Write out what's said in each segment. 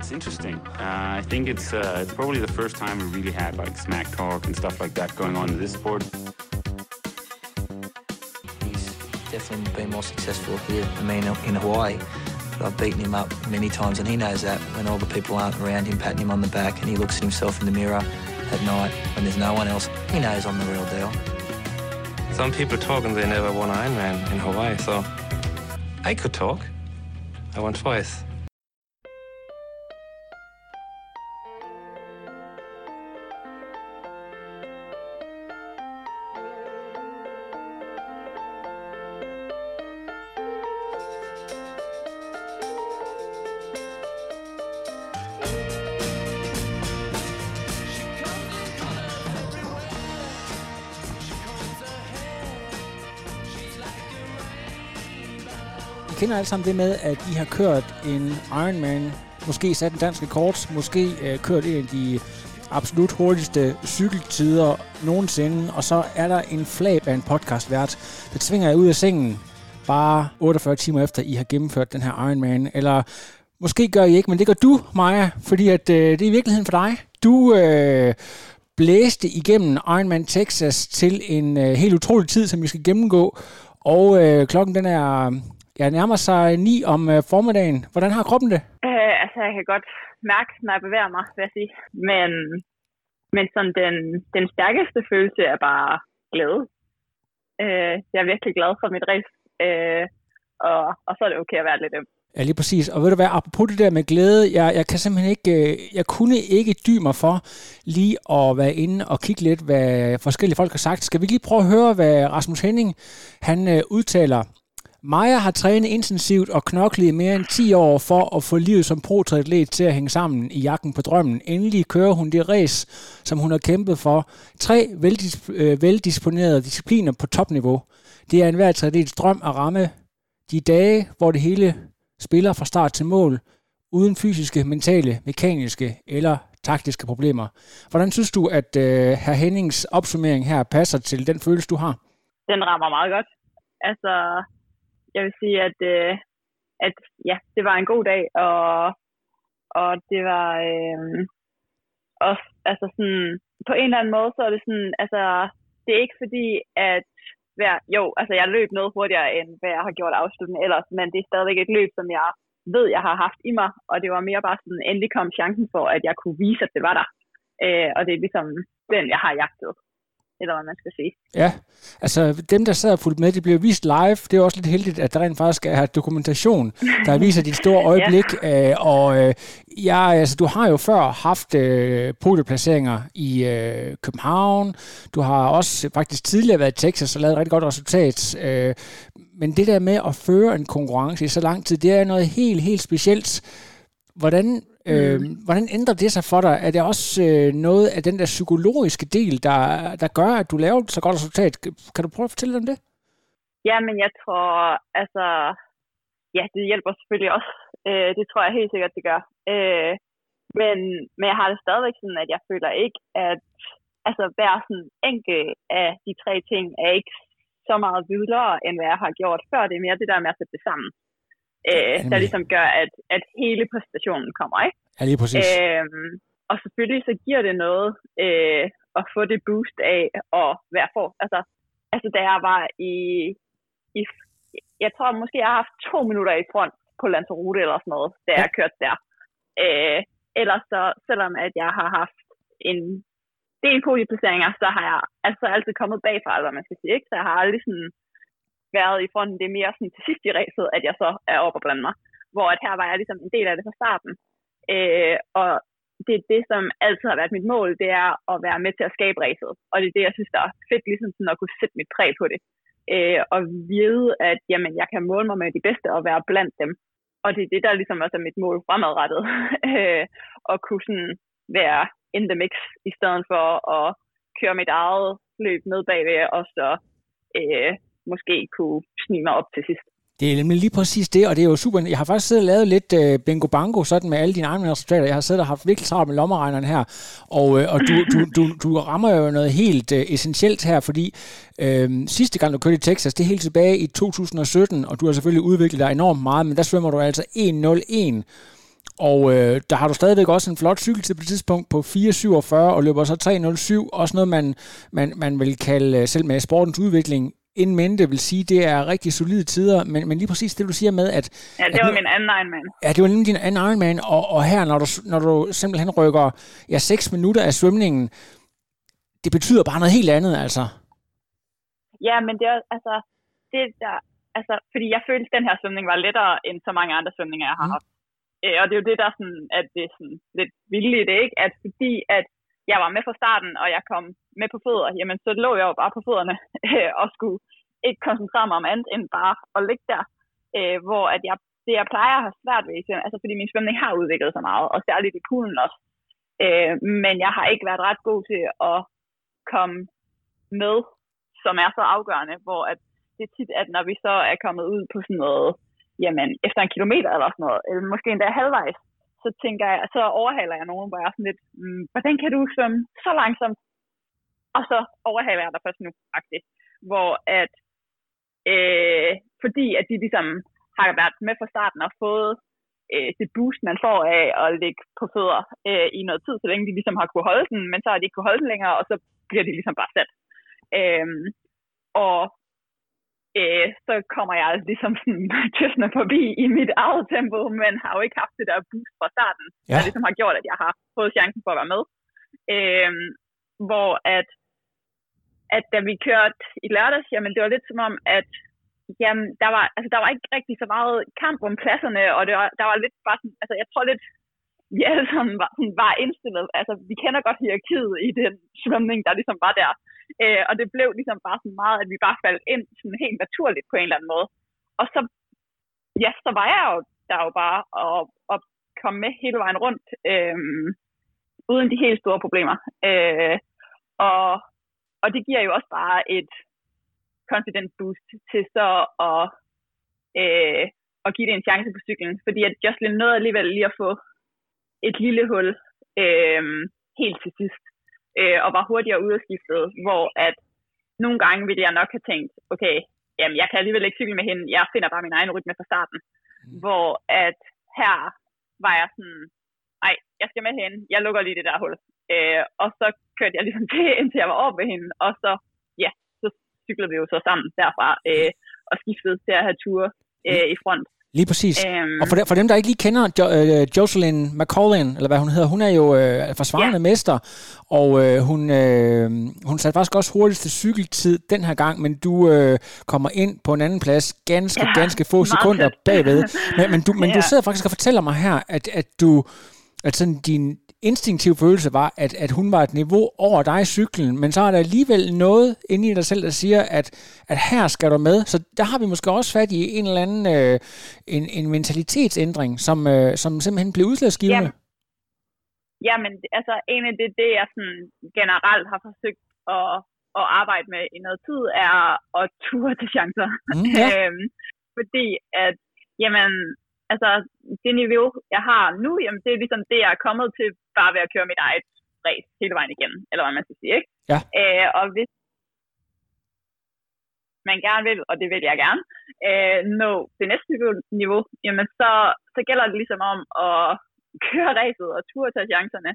It's interesting. I think it's probably the first time we really had like smack talk and stuff like that going on in this sport. He's definitely been more successful here than me in Hawaii. But I've beaten him up many times, and he knows that when all the people aren't around him patting him on the back and he looks at himself in the mirror at night when there's no one else, he knows I'm the real deal. Some people talk and they never won Ironman in Hawaii, so I could talk. I won twice. I kender alle sammen det med, at I har kørt en Ironman, måske sat en dansk rekord, måske kørt en af de absolut hurtigste cykeltider nogensinde, og så er der en flab af en podcastvært, der tvinger jer ud af sengen bare 48 timer efter, I har gennemført den her Ironman. Eller måske gør I ikke, men det gør du, Maja, fordi at, det er i virkeligheden for dig. Du blæste igennem Ironman Texas til en helt utrolig tid, som vi skal gennemgå, og klokken den er... Jeg nærmer sig 9 om formiddagen. Hvordan har kroppen det? Altså, jeg kan godt mærke, når jeg bevæger mig, vil jeg sige. Men sådan den stærkeste følelse er bare glæde. Jeg er virkelig glad for mit race. Og så er det okay at være lidt øm. Ja, lige præcis. Og ved du hvad, apropos det der med glæde, jeg kan simpelthen ikke, jeg kunne ikke dy mig for lige at være inde og kigge lidt, hvad forskellige folk har sagt. Skal vi lige prøve at høre, hvad Rasmus Henning, han udtaler? Maja har trænet intensivt og knoklet i mere end 10 år for at få livet som pro-triatlet til at hænge sammen i jagten på drømmen. Endelig kører hun det race, som hun har kæmpet for. 3 veldisciplinerede discipliner på topniveau. Det er enhver triatlets drøm at ramme de dage, hvor det hele spiller fra start til mål, uden fysiske, mentale, mekaniske eller taktiske problemer. Hvordan synes du, at hr. Hennings opsummering her passer til den følelse, du har? Den rammer meget godt. Altså... Jeg vil sige, at ja, det var en god dag, og det var også, altså sådan, på en eller anden måde, så er det sådan, altså, det er ikke fordi, at jeg løb noget hurtigere, end hvad jeg har gjort afsluttende ellers, men det er stadigvæk et løb, som jeg ved, jeg har haft i mig, og det var mere bare sådan, endelig kom chancen for, at jeg kunne vise, at det var der. Og det er ligesom den, jeg har jagtet. Eller hvad man skal sige. Ja, altså dem, der sad og fulgte med, de blev vist live. Det er også lidt heldigt, at der rent faktisk er dokumentation, der viser dit store øjeblik. Du har jo før haft podieplaceringer i København. Du har også faktisk tidligere været i Texas og lavet et rigtig godt resultat. Men det der med at føre en konkurrence i så lang tid, det er noget helt, helt specielt. Hvordan ændrer det sig for dig? Er det også noget af den der psykologiske del, der gør, at du laver så godt resultat? Kan du prøve at fortælle om det? Ja, men jeg tror, altså... Ja, det hjælper selvfølgelig også. Det tror jeg helt sikkert, det gør. Men jeg har det stadigvæk sådan, at jeg føler ikke, at... Altså, hver sådan enkelt af de 3 ting er ikke så meget vildere, end hvad jeg har gjort før. Det er mere det der med at sætte det sammen. Der ligesom gør, at hele præstationen kommer, ikke? Ja, lige præcis. Og selvfølgelig så giver det noget at få det boost af at være for. Altså da jeg var i jeg tror måske jeg har haft 2 minutter i front på Lanzarote eller sådan noget, da jeg kørte der. Ellers så, selvom at jeg har haft en del podieplaceringer, så har jeg altså altid kommet bagfra, eller hvad man skal sige, ikke? Så jeg har aldrig sådan været i fronten. Det er mere sådan til sidst i racet, at jeg så er oppe og blande mig. Hvor at her var jeg ligesom en del af det fra starten. Og det er det, som altid har været mit mål, det er at være med til at skabe racet. Og det er det, jeg synes, der er fedt, ligesom sådan at kunne sætte mit præg på det. Og vide, at jamen, jeg kan måle mig med de bedste og være blandt dem. Og det er det, der ligesom også er mit mål fremadrettet. At kunne sådan være in the mix, i stedet for at køre mit eget løb ned bagved, og så måske kunne snige mig op til sidst. Det er nemlig lige præcis det, og det er jo super. Jeg har faktisk siddet og lavet lidt bingo bango sådan med alle dine egne resultater. Jeg har siddet og haft virkelig travlt med lommeregneren her, og du rammer jo noget helt essentielt her, fordi sidste gang du kørte i Texas, det er helt tilbage i 2017, og du har selvfølgelig udviklet dig enormt meget, men der svømmer du altså 1:01 Og der har du stadigvæk også en flot cykeltid på et tidspunkt på 4.47 og løber så 3.07. Også noget, man vil kalde, selv med sportens udvikling, inden mente vil sige, det er rigtig solide tider. Men lige præcis det, du siger med, at... Ja, det var min anden Ironman. Ja, det var nemlig din anden Ironman. Og her, når du simpelthen rykker 6 minutter af svømningen, det betyder bare noget helt andet, altså. Ja, men det er altså... Det der, altså, fordi jeg følte, at den her svømning var lettere end så mange andre svømninger, jeg har haft. Og det er jo det, der sådan, at det er sådan lidt vildt, ikke? At fordi at jeg var med fra starten, og jeg kom med på fødder, jamen så lå jeg jo bare på fødderne og skulle ikke koncentrere mig om andet end bare at ligge der. Hvor at jeg plejer at have svært ved, altså fordi min svømning har udviklet sig meget, og særligt i poolen også. Men jeg har ikke været ret god til at komme med, som er så afgørende, hvor at det er tit, at når vi så er kommet ud på sådan noget, jamen efter 1 kilometer eller sådan noget, eller måske endda halvvejs, så tænker jeg, så overhaler jeg nogen, hvor jeg er sådan lidt, hvordan kan du svømme så langsomt? Og så overhaler jeg dig først nu, faktisk. Hvor at, fordi at de ligesom har været med fra starten og fået det boost, man får af at ligge på fødder i noget tid, så længe de ligesom har kunne holde den, men så har de ikke kunne holde den længere, og så bliver de ligesom bare sat. Og så kommer jeg ligesom sådan tøsende forbi i mit eget tempo, men har jo ikke haft det der boost fra starten, der ligesom har gjort, at jeg har fået chancen for at være med. Hvor at da vi kørte i lørdags, jamen det var lidt som om, at jamen, der var ikke rigtig så meget kamp om pladserne, og der var lidt bare sådan, altså jeg tror lidt, vi alle sammen var indstillet, altså vi kender godt hierarkiet i den svømning, der ligesom var der. Og det blev ligesom bare sådan meget, at vi bare faldt ind sådan helt naturligt på en eller anden måde. Og så, ja, så var jeg jo der jo bare at komme med hele vejen rundt, uden de helt store problemer. Og det giver jo også bare et confidence boost til så at give det en chance på cyklen. Fordi at Jocelyn nåede alligevel lige at få et lille hul helt til sidst. Og var hurtigere udskiftet, hvor at nogle gange ville jeg nok have tænkt, okay, jamen jeg kan alligevel ikke cykle med hende, jeg finder bare min egen rytme fra starten. Hvor at her var jeg sådan, nej, jeg skal med hende, jeg lukker lige det der hul. Og så kørte jeg ligesom til, indtil jeg var over ved hende, og så, ja, så cyklede vi jo så sammen derfra, og skiftede til at have ture i front. Lige præcis. Og for dem, der ikke lige kender Jocelyn McCaulin, eller hvad hun hedder, hun er jo forsvarende mester, og hun satte faktisk også hurtigste cykeltid den her gang, men du kommer ind på en anden plads ganske få sekunder bagved. Men du sidder faktisk og fortæller mig her, at sådan din instinktive følelse var, at hun var et niveau over dig i cyklen, men så er der alligevel noget inde i dig selv, der siger, at her skal du med. Så der har vi måske også fat i en eller anden en mentalitetsændring, som simpelthen blev udslagsgivende. Ja, men altså egentlig det jeg sådan generelt har forsøgt at arbejde med i noget tid, er at ture til chancer. Fordi at, jamen, altså, det niveau, jeg har nu, jamen, det er ligesom det, jeg er kommet til, bare ved at køre mit eget race hele vejen igen, eller hvad man skal sige, ikke? Ja. Og hvis man gerne vil, og det vil jeg gerne, nå det næste niveau, jamen så gælder det ligesom om at køre racet og ture til chancerne.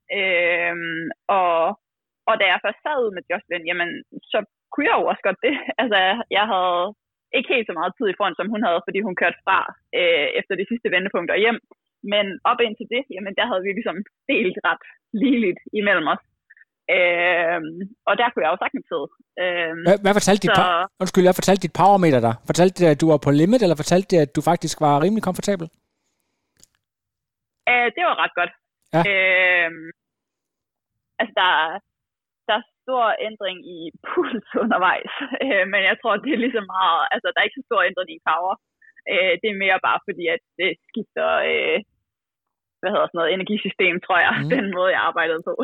Og da jeg først sad ud med Jocelyn, jamen, så kunne jeg jo også godt det. Altså, jeg havde ikke helt så meget tid i front, som hun havde, fordi hun kørte fra efter de sidste vendepunkter hjem. Men op indtil det, jamen der havde vi ligesom delt ret ligeligt imellem os. Og der kunne jeg jo sagtens sidde. Hvad fortalte dit powermeter dig? Fortalte det, at du var på limit, eller fortalte det, at du faktisk var rimelig komfortabel? Det var ret godt. Ja. Altså, der er stor ændring i puls undervejs, men jeg tror, det er ligesom meget, altså der er ikke så stor ændring i power. Det er mere bare fordi, at det skifter, energisystem, tror jeg, den måde, jeg arbejdede på.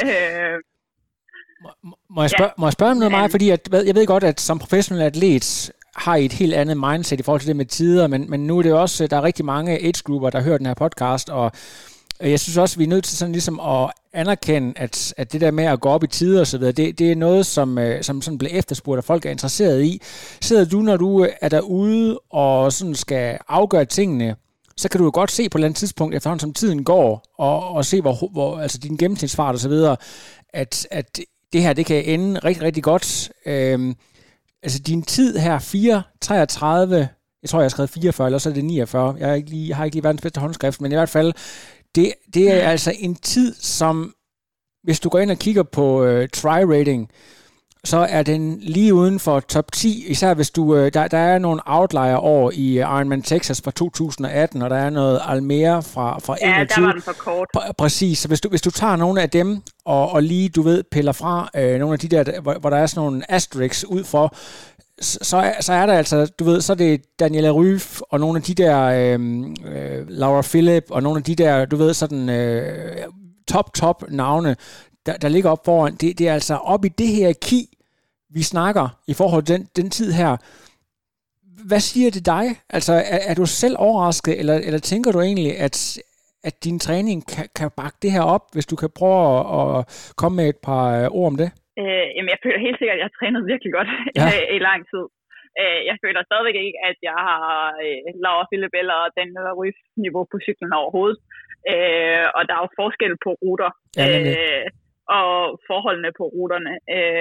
Må jeg spørge om noget meget, fordi jeg ved godt, at som professionel atlet har I et helt andet mindset i forhold til det med tider, men nu er det også, der er rigtig mange age-grupper, der hører den her podcast, og jeg synes også, vi er nødt til sådan ligesom at anerkende, at det der med at gå op i tider og så videre, det er noget, som sådan bliver efterspurgt, og folk er interesseret i. Sidder du, når du er derude og sådan skal afgøre tingene, så kan du jo godt se på et eller andet tidspunkt, efterhånden som tiden går, og se, hvor altså din gennemsnitsfart og så videre, at det her, det kan ende rigtig, rigtig godt. Altså din tid her, 4:33, jeg tror, jeg har skrevet 44, eller så er det 49. Jeg har ikke lige verdens bedste håndskrift, men i hvert fald, det er altså en tid, som, hvis du går ind og kigger på try-rating, så er den lige uden for top 10, især hvis du, der er nogle outlier-år i Ironman Texas fra 2018, og der er noget Almere fra 21. Ja, der var den for kort. Præcis, så hvis du tager nogle af dem, og lige, du ved, piller fra nogle af de der, hvor der er sådan nogle asterisks ud for, så er der altså, du ved, så er det Daniela Ryf, og nogle af de der Laura Philipp, og nogle af de der, du ved, sådan top navne, der ligger op foran. Det er altså op i det hierarki, vi snakker i forhold til den tid her. Hvad siger det dig? Altså, er du selv overrasket, eller tænker du egentlig, at din træning kan bakke det her op, hvis du kan prøve at komme med et par ord om det? Jamen, jeg føler helt sikkert, at jeg har trænet virkelig godt i lang tid. Jeg føler stadigvæk ikke, at jeg har Laura Philipp eller Daniela Ryf niveau på cyklen overhovedet. Og der er jo forskel på ruter. Og forholdene på ruterne.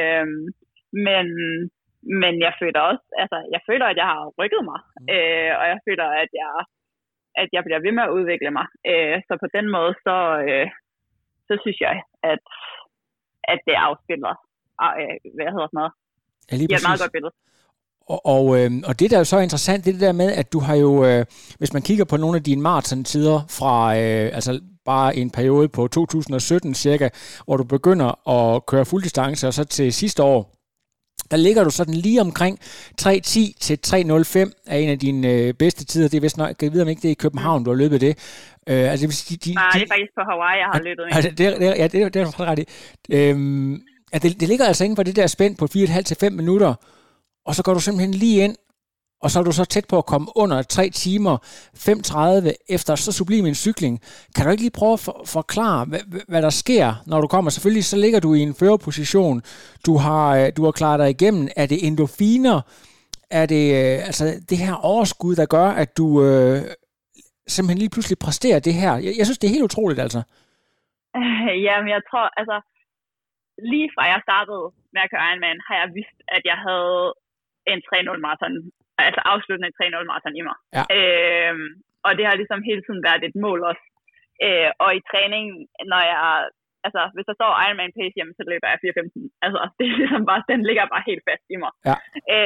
Men jeg føler også, altså jeg føler, at jeg har rykket mig, og jeg føler, at jeg bliver ved med at udvikle mig. Så på den måde, så synes jeg, at det afspiller, hvad hedder sådan noget, ja, et meget godt billede. Og det, der er så interessant, det er det der med, at du har jo, hvis man kigger på nogle af dine maratontider fra, altså bare en periode på 2017 cirka, hvor du begynder at køre fulddistance, og så til sidste år, der ligger du sådan lige omkring 3:10 til 3:05 er en af dine bedste tider. Det er vist nok, jeg ved om ikke det er i København, du har løbet det. Altså, nej, det er faktisk på Hawaii, jeg har løbet det. Altså, det er faktisk ret i. Det ligger altså inden for det der spænd på 4,5 til 5 minutter, og så går du simpelthen lige ind, og så er du så tæt på at komme under 3 timer, 5:30 efter så sublim en cykling. Kan du ikke lige prøve at forklare, hvad der sker, når du kommer? Selvfølgelig så ligger du i en førerposition. Du har klaret dig igennem. Er det endorfiner? Er det altså det her overskud, der gør, at du simpelthen lige pludselig præsterer det her? Jeg synes, det er helt utroligt, altså. Jamen, jeg tror, altså, lige fra jeg startede med at køre Ironman, har jeg vidst, at jeg havde en 3:0 maraton, altså afsluttende 3:0 maraton i mig. Ja. Og det har ligesom hele tiden været et mål også. Og i træning, når jeg, altså hvis der står Ironman pace hjemme, så løber jeg 4:15. Altså det er ligesom bare, den ligger bare helt fast i mig. Ja.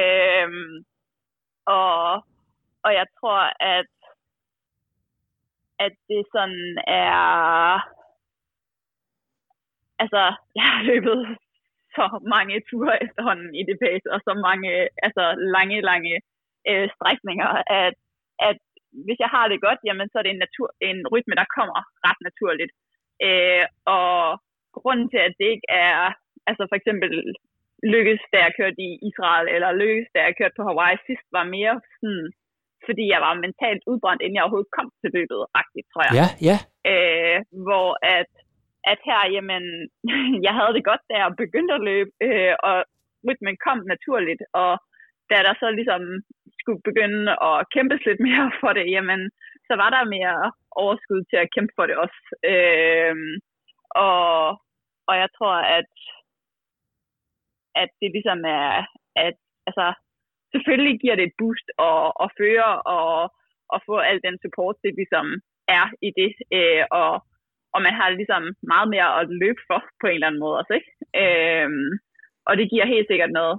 Og jeg tror, at det sådan er, altså jeg har løbet så mange ture efterhånden i det pace, og så mange altså lange strækninger, at hvis jeg har det godt, jamen så er det en rytme, der kommer ret naturligt. Og grunden til, at det ikke er, altså for eksempel lykkes, da jeg kørte i Israel, eller lykkes, da jeg kørte på Hawaii sidst, var mere sådan, fordi jeg var mentalt udbrændt, inden jeg overhovedet kom til løbet, agtigt, tror jeg. Ja. Hvor at her, jamen, jeg havde det godt, da jeg begyndte at løbe, og rytmen kom naturligt, og da der så ligesom skulle begynde at kæmpes lidt mere for det, jamen, så var der mere overskud til at kæmpe for det også. Og jeg tror, at det ligesom er, at altså, selvfølgelig giver det et boost at føre og få al den support, det ligesom er i det, og man har ligesom meget mere at løbe for på en eller anden måde også, ikke? Og det giver helt sikkert noget.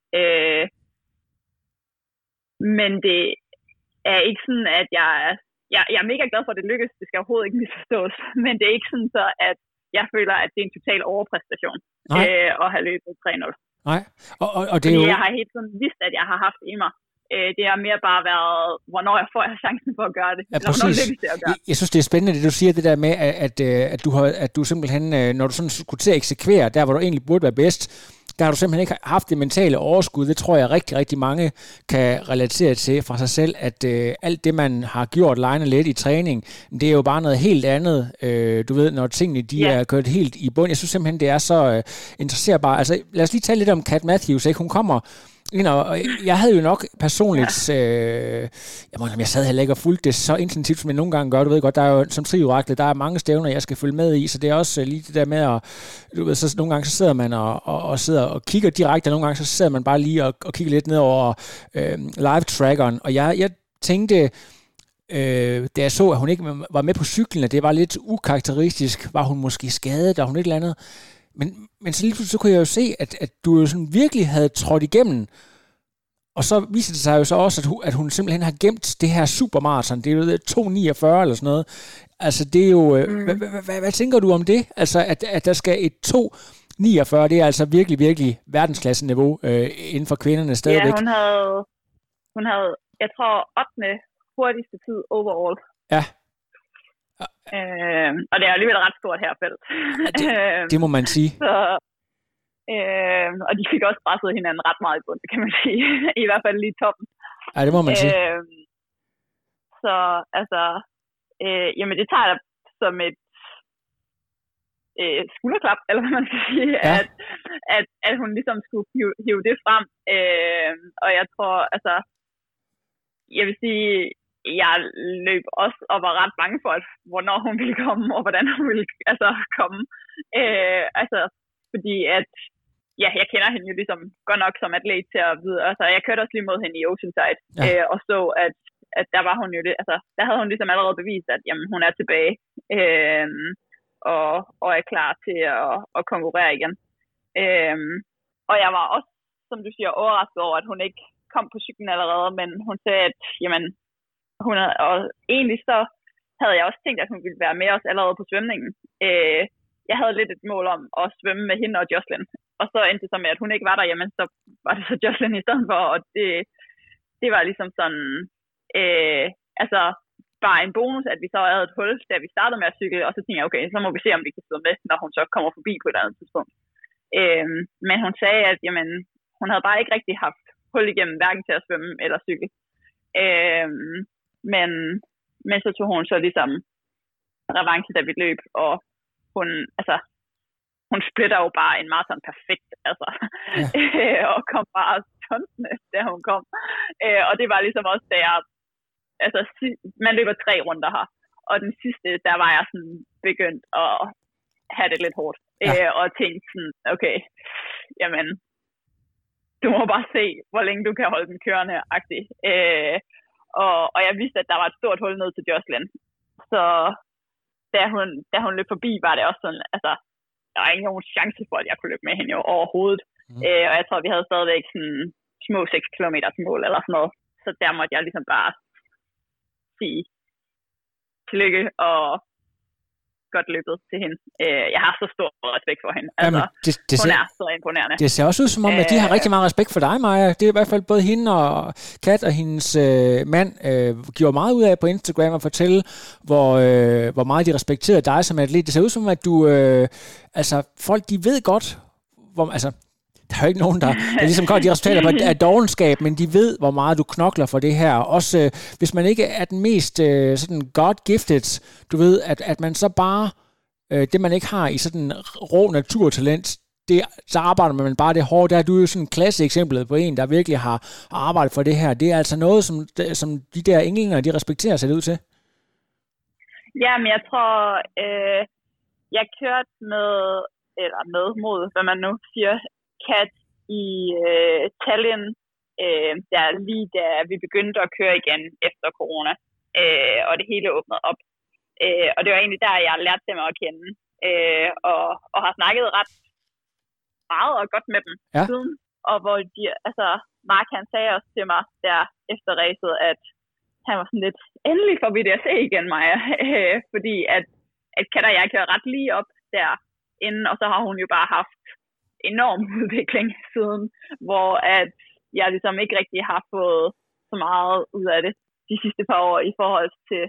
Men det er ikke sådan, at jeg er mega glad for, at det lykkes. Det skal overhovedet ikke misforstås. Men det er ikke sådan så, at jeg føler, at det er en total overpræstation at have løbet 3:0. Nej. Og det er jo... jeg har helt sådan vidst, at jeg har haft i mig. Det har mere bare været, hvornår jeg får chancen for at gøre det. Ja, eller hvornår lykkes det at gøre. Jeg synes, det er spændende, det du siger, det der med, at du simpelthen, når du sådan skulle til at eksekvere, der hvor du egentlig burde være bedst, der har du simpelthen ikke haft det mentale overskud. Det tror jeg rigtig, rigtig mange kan relatere til fra sig selv, at alt det, man har gjort lejende lidt i træning, det er jo bare noget helt andet. Du ved, når tingene de er kørt helt i bund. Jeg synes simpelthen, det er så interesserbart. Altså, lad os lige tale lidt om Kat Matthews. Ikke? Hun kommer Og jeg havde jo nok personligt, jeg sad heller ikke og fulgte det så intensivt, som jeg nogle gange gør. Du ved godt, der er jo som trioraklet, der er mange stævner, jeg skal følge med i, så det er også lige det der med at, du ved, så nogle gange så sidder man og sidder og kigger direkte, og nogle gange så sidder man bare lige og kigger lidt ned over live-trackeren, og jeg tænkte, da jeg så, at hun ikke var med på cyklen, at det var lidt ukarakteristisk, var hun måske skadet, og hun et eller andet. Men så lige pludselig så kunne jeg jo se, at du jo sådan virkelig havde trådt igennem, og så viser det sig jo så også, at hun simpelthen har gemt det her supermaraton. Det er jo 2:49 eller sådan noget. Altså det er jo, hvad tænker du om det? Altså at der skal et 2:49, det er altså virkelig, virkelig verdensklasseniveau inden for kvinderne stadigvæk. Ja, hun havde, jeg tror, 8. hurtigste tid overall. Ja. Og det er alligevel ret stort her felt. Det må man sige. Så, og de fik også presset hinanden ret meget i bunden, kan man sige. I hvert fald lige toppen. Ja, det må man sige. Så altså, jamen det tager jeg som et skulderklap, eller hvad man skal sige, ja. at hun ligesom skulle hive det frem. Og jeg tror, altså, jeg vil sige, jeg løb også og var ret bange for, hvornår hun ville komme, og hvordan hun ville komme. Fordi at, ja, jeg kender hende jo ligesom godt nok som atlet til at vide, altså jeg kørte også lige mod hende i Oceanside, og så at der var hun jo det, altså der havde hun ligesom allerede bevist, at jamen, hun er tilbage, og er klar til at konkurrere igen. Og jeg var også, som du siger, overrasket over, at hun ikke kom på cyklen allerede, men hun sagde, at jamen, og egentlig så havde jeg også tænkt, at hun ville være med os allerede på svømningen. Jeg havde lidt et mål om at svømme med hende og Jocelyn. Og så endte det så med, at hun ikke var der, jamen så var det så Jocelyn i stedet for, og det var ligesom sådan, bare en bonus, at vi så havde et hul, da vi startede med at cykle, og så tænkte jeg, okay, så må vi se, om vi kan svømme med, når hun så kommer forbi på et andet tidspunkt. Men hun sagde, at jamen, hun havde bare ikke rigtig haft hul igennem, hverken til at svømme eller cykle. Men så tog hun så ligesom revanche, da vi løb, og hun splitter jo bare en maraton perfekt, og kom bare stuntende, da hun kom. Og det var ligesom også, da jeg, man løber 3 runder her, og den sidste, der var jeg sådan begyndt at have det lidt hårdt, og tænkte sådan, okay, jamen, du må bare se, hvor længe du kan holde den kørende-agtig. Og jeg vidste, at der var et stort hul ned til Jocelyn. Så da hun løb forbi, var det også sådan, der var ikke nogen chance for, at jeg kunne løbe med hende jo overhovedet. Og jeg tror, vi havde stadigvæk sådan små 6 kilometer til mål eller sådan noget. Så der måtte jeg ligesom bare sige tillykke og godt løbet til hende. Jeg har så stor respekt for hende. Jamen, hun er så imponerende. Det ser også ud som om, at de har rigtig meget respekt for dig, Maja. Det er i hvert fald både hende og Kat og hendes mand gjorde meget ud af på Instagram at fortælle, hvor meget de respekterede dig som atlet. Det ser ud som, at du... folk de ved godt, der er jo ikke nogen, der ligesom godt de resultater af dovenskab, men de ved, hvor meget du knokler for det her. Også hvis man ikke er den mest sådan God-gifted, du ved, at man så bare, det man ikke har i sådan rå naturtalent, så arbejder man bare det hårdt. Der er du jo sådan en klasseeksemplet på en, der virkelig har arbejdet for det her. Det er altså noget, som de der englænder, de respekterer sig ud til. Ja, men jeg tror, jeg kørte mod, hvad man nu siger, Kat i Tallinn, der lige da vi begyndte at køre igen efter corona, og det hele åbnede op. Og det var egentlig der, jeg lærte dem at kende, og har snakket ret meget og godt med dem siden. Og hvor de, Mark han sagde også til mig der efter racet, at han var sådan lidt, endelig får vi det at se igen, Maja. Fordi at Kat og jeg kører ret lige op derinde, og så har hun jo bare haft enorm udvikling siden, hvor at jeg ligesom ikke rigtig har fået så meget ud af det de sidste par år i forhold til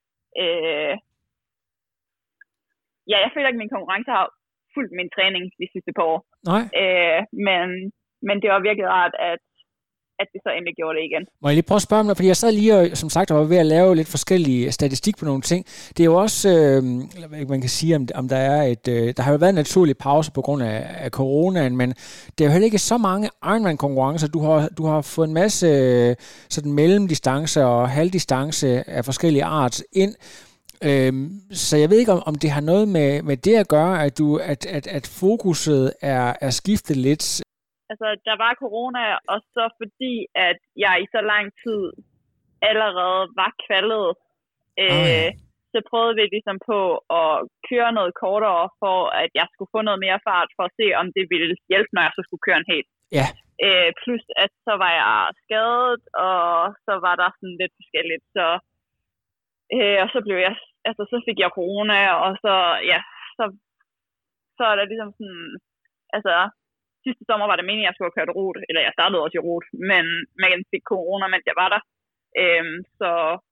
jeg føler ikke, at min konkurrence har fulgt min træning de sidste par år. Nej. Men det var virkelig rart, at det så endelig gjorde det igen. Må jeg lige prøve at spørge om det, fordi jeg sad lige og, som sagt, var ved at lave lidt forskellige statistik på nogle ting. Det er jo også, man kan sige, om der er der har jo været en naturlig pause på grund af coronaen, men det er jo heller ikke så mange Ironman-konkurrencer. Du har fået en masse sådan mellemdistance og halvdistance af forskellige art ind. Så jeg ved ikke, om det har noget med det at gøre, at fokuset er skiftet lidt. Altså, der var corona, og så fordi, at jeg i så lang tid allerede var kvalet, så prøvede vi ligesom på at køre noget kortere, for at jeg skulle få noget mere fart, for at se, om det ville hjælpe, når jeg så skulle køre en helt. Ja. Plus, at så var jeg skadet, og så var der sådan lidt forskelligt, og så blev jeg, altså så fik jeg corona, og så, ja, så er der ligesom sådan, altså, sidste sommer var det meningen, at jeg skulle have kørt rute, eller jeg startede også i rute, men man fik corona, mens jeg var der. Så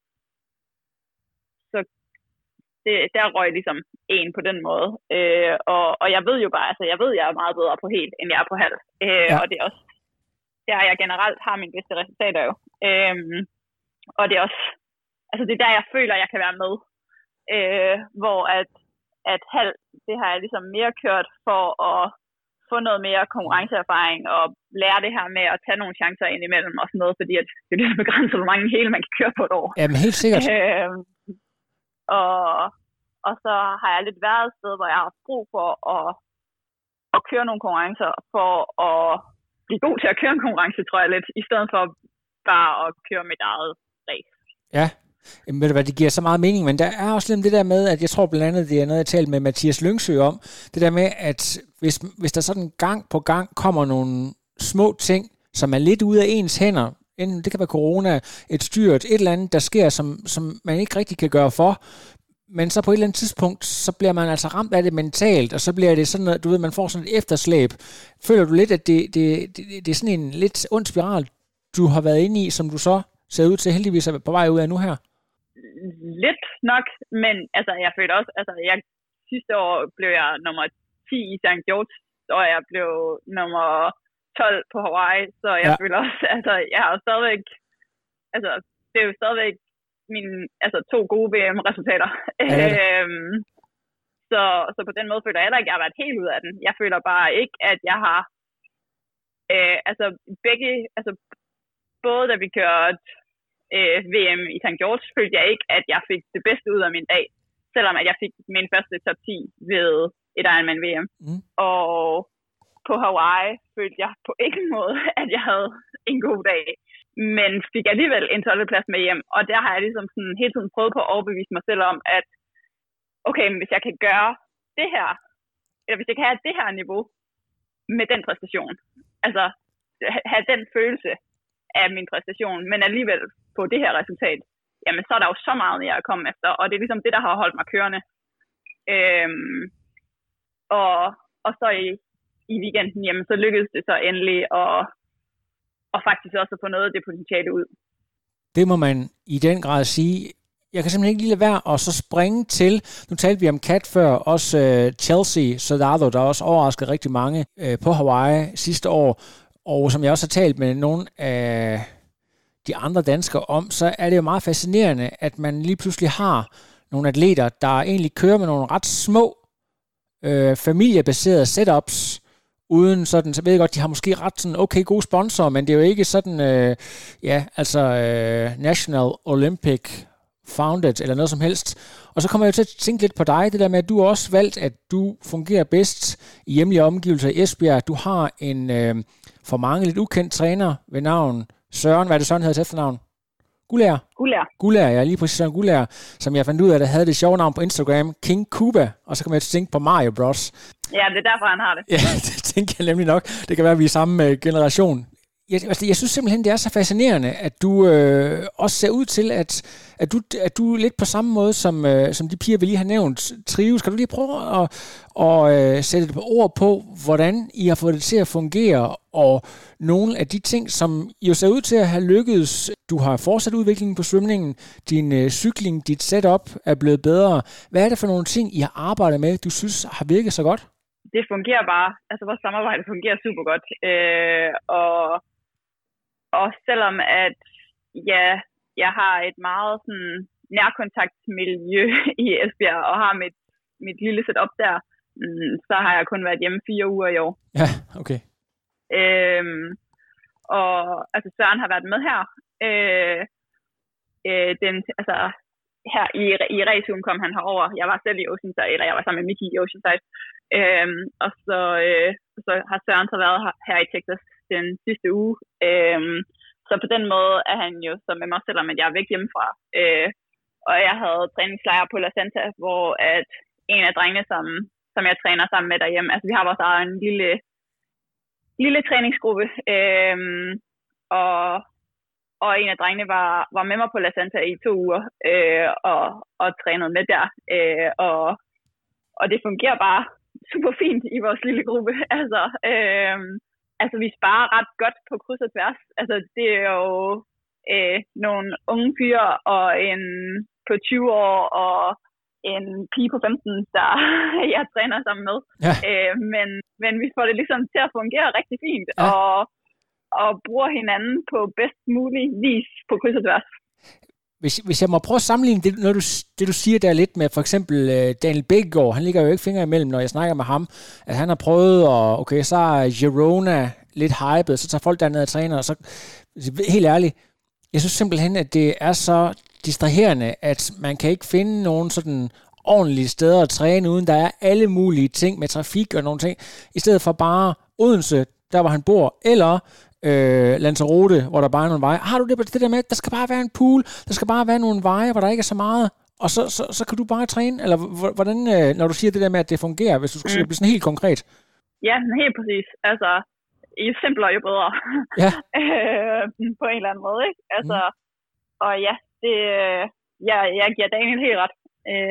der røg ligesom en på den måde. Og jeg ved jo bare, altså jeg ved, jeg er meget bedre på helt, end jeg er på halv. Og det er også der, jeg generelt har mine bedste resultater jo. Og det er også, altså det er der, jeg føler, jeg kan være med. Hvor at halv, det har jeg ligesom mere kørt for at få noget mere konkurrenceerfaring og lære det her med at tage nogle chancer ind imellem og sådan noget, fordi at det er lidt begrænset, hvor mange hele man kan køre på et år. Jamen helt sikkert. Og så har jeg lidt været et sted, hvor jeg har brug for at køre nogle konkurrencer, for at blive god til at køre en konkurrence, tror jeg lidt, i stedet for bare at køre mit eget race. Ja. Jamen, ved du hvad, det giver så meget mening, men der er også lidt det der med, at jeg tror blandt andet, det er noget, jeg talte med Mathias Lyngsø om, det der med, at hvis der sådan gang på gang kommer nogle små ting, som er lidt ude af ens hænder, enten det kan være corona, et styrt, et eller andet, der sker, som man ikke rigtig kan gøre for, men så på et eller andet tidspunkt, så bliver man altså ramt af det mentalt, og så bliver det sådan noget, du ved, man får sådan et efterslæb. Føler du lidt, at det er sådan en lidt ond spiral, du har været inde i, som du så ser ud til heldigvis er på vej ud af nu her? Lidt nok, men altså, jeg følte også, altså, sidste år blev jeg nummer 10 i St. George, og jeg blev nummer 12 på Hawaii, så jeg føler også, altså, jeg har jo stadigvæk, altså, det er jo stadigvæk mine, altså, 2 gode VM-resultater. Så på den måde føler jeg heller ikke, at jeg har været helt ud af den. Jeg føler bare ikke, at jeg har, altså, både da vi kørte VM i St. George, følte jeg ikke, at jeg fik det bedste ud af min dag, selvom at jeg fik min første top 10 ved et Ironman VM. Og på Hawaii følte jeg på ingen måde, at jeg havde en god dag, men fik alligevel en 12. plads med hjem, og der har jeg ligesom sådan hele tiden prøvet på at overbevise mig selv om, at okay, men hvis jeg kan gøre det her, eller hvis jeg kan have det her niveau med den præstation, altså have den følelse af min præstation, men alligevel på det her resultat, jamen så er der jo så meget mere at komme efter, og det er ligesom det, der har holdt mig kørende. Og så i weekenden, jamen så lykkedes det så endelig, og faktisk også at få noget af det potentiale ud. Det må man i den grad sige. Jeg kan simpelthen ikke lige lade være og så springe til, nu talte vi om Kat før, også Chelsea Soldado, der også overraskede rigtig mange på Hawaii sidste år, og som jeg også har talt med nogle af de andre danskere om, så er det jo meget fascinerende, at man lige pludselig har nogle atleter, der egentlig kører med nogle ret små familiebaserede setups, uden sådan, så ved jeg godt, de har måske ret sådan okay gode sponsorer, men det er jo ikke sådan, National Olympic Founded eller noget som helst. Og så kommer jeg til at tænke lidt på dig, det der med, at du også valgt, at du fungerer bedst i hjemlige omgivelser i Esbjerg. Du har en for mange lidt ukendt træner ved navn Søren, hvad er det Søren hedder til efternavn? Gulær, ja, lige præcis Søren Gulær, som jeg fandt ud af, der havde det sjove navn på Instagram, King Kuba, og så kom jeg til at tænke på Mario Bros. Ja, det er derfor, han har det. Ja, det tænker jeg nemlig nok. Det kan være, at vi er samme generation. Jeg synes simpelthen, det er så fascinerende, at du også ser ud til, at du lidt på samme måde, som de piger, vi lige har nævnt, trives. Kan du lige prøve at sætte et par ord på, hvordan I har fået det til at fungere, og nogle af de ting, som I jo ser ud til at have lykkedes. Du har fortsat udviklingen på svømningen, din cykling, dit setup er blevet bedre. Hvad er det for nogle ting, I har arbejdet med, du synes har virket så godt? Det fungerer bare. Altså, vores samarbejde fungerer super godt. og selvom at jeg har et meget sådan nærkontaktmiljø i Esbjerg, og har mit lille setup der, så har jeg kun været hjemme 4 uger i år. Ja, okay. Og altså Søren har været med her. Her i Resume kom han herover. Jeg var selv i Oceanside, eller jeg var sammen med Mickey i Oceanside. Og så har Søren så været her i Texas den sidste uge. Så på den måde er han jo så med mig, selvom jeg er væk hjemmefra. Og jeg havde træningslejr på La Santa, hvor at en af drengene, som jeg træner sammen med derhjemme, altså vi har vores egen lille træningsgruppe, og en af drengene var med mig på La Santa i 2 uger, og trænede med der, og det fungerer bare super fint i vores lille gruppe. Altså vi sparer ret godt på kryds og tværs. Altså det er jo nogle unge fyre og en på 20 år og en pige på 15, der jeg træner sammen med. Ja. Men vi får det ligesom til at fungere rigtig fint, ja. og bruger hinanden på bedst mulig vis på kryds og tværs. Hvis jeg må prøve at sammenligne det, du siger der lidt med for eksempel Daniel Bækkegaard, han ligger jo ikke fingre imellem, når jeg snakker med ham, at han har prøvet, og okay, så er Girona lidt hypet, så tager folk dernede og træner, og så helt ærligt, jeg synes simpelthen, at det er så distraherende, at man kan ikke finde nogen sådan ordentlige steder at træne, uden der er alle mulige ting med trafik og nogle ting, i stedet for bare Odense, der hvor han bor, eller Lanzarote, hvor der bare er nogle veje. Har du det der med, at der skal bare være en pool, der skal bare være nogle veje, hvor der ikke er så meget, og så kan du bare træne? Eller hvordan, når du siger det der med, at det fungerer, hvis du skal blive sådan helt konkret? Ja, helt præcis. Altså, jo simplere, jo bedre. Ja. På en eller anden måde, ikke? Altså, og ja, jeg giver Daniel helt ret.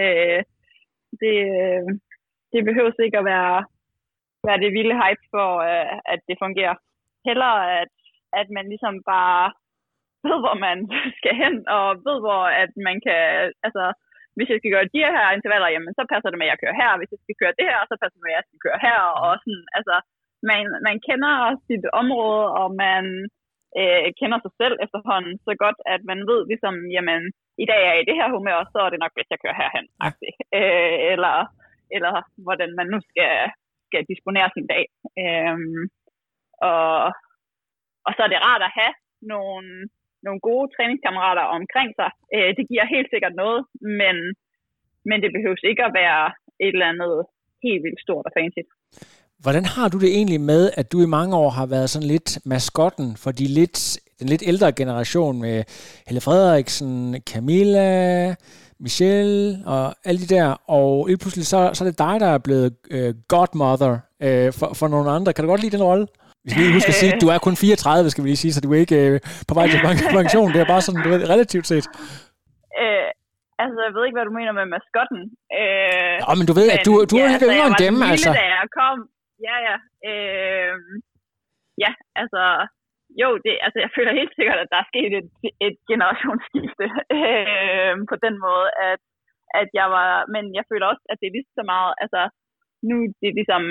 Det behøves ikke at være det vilde hype for, at det fungerer. Hellere, at man ligesom bare ved, hvor man skal hen, og ved, hvor at man kan, altså, hvis jeg skal gøre de her intervaller, jamen, så passer det med, at jeg kører her. Hvis jeg skal køre det her, så passer det med, at jeg skal køre her. Og sådan, altså, man kender sit område, og man kender sig selv efterhånden så godt, at man ved ligesom, jamen, i dag er jeg i det her humør, så er det nok bedst, jeg kører herhen. Eller hvordan man nu skal disponere sin dag. Og så er det rart at have nogle gode træningskammerater omkring sig. Det giver helt sikkert noget, men det behøves ikke at være et eller andet helt vildt stort og fancy. Hvordan har du det egentlig med, at du i mange år har været sådan lidt maskotten for den lidt ældre generation med Helle Frederiksen, Camilla, Michelle og alle de der, og lige pludselig så er det dig, der er blevet godmother for nogle andre. Kan du godt lide den rolle? Hvis vi husker at sige, at du er kun 34, skal vi lige sige, så du er ikke på vej til pension. Det er bare sådan, du ved, relativt set. Altså, jeg ved ikke, hvad du mener med maskotten. Men du ved, at du er lidt yngre end dem, altså. Da jeg kom. Ja. Ja, altså, jo, jeg føler helt sikkert, at der er sket et generationsskifte på den måde, at jeg var, men jeg føler også, at det er lige så meget, altså, nu det er ligesom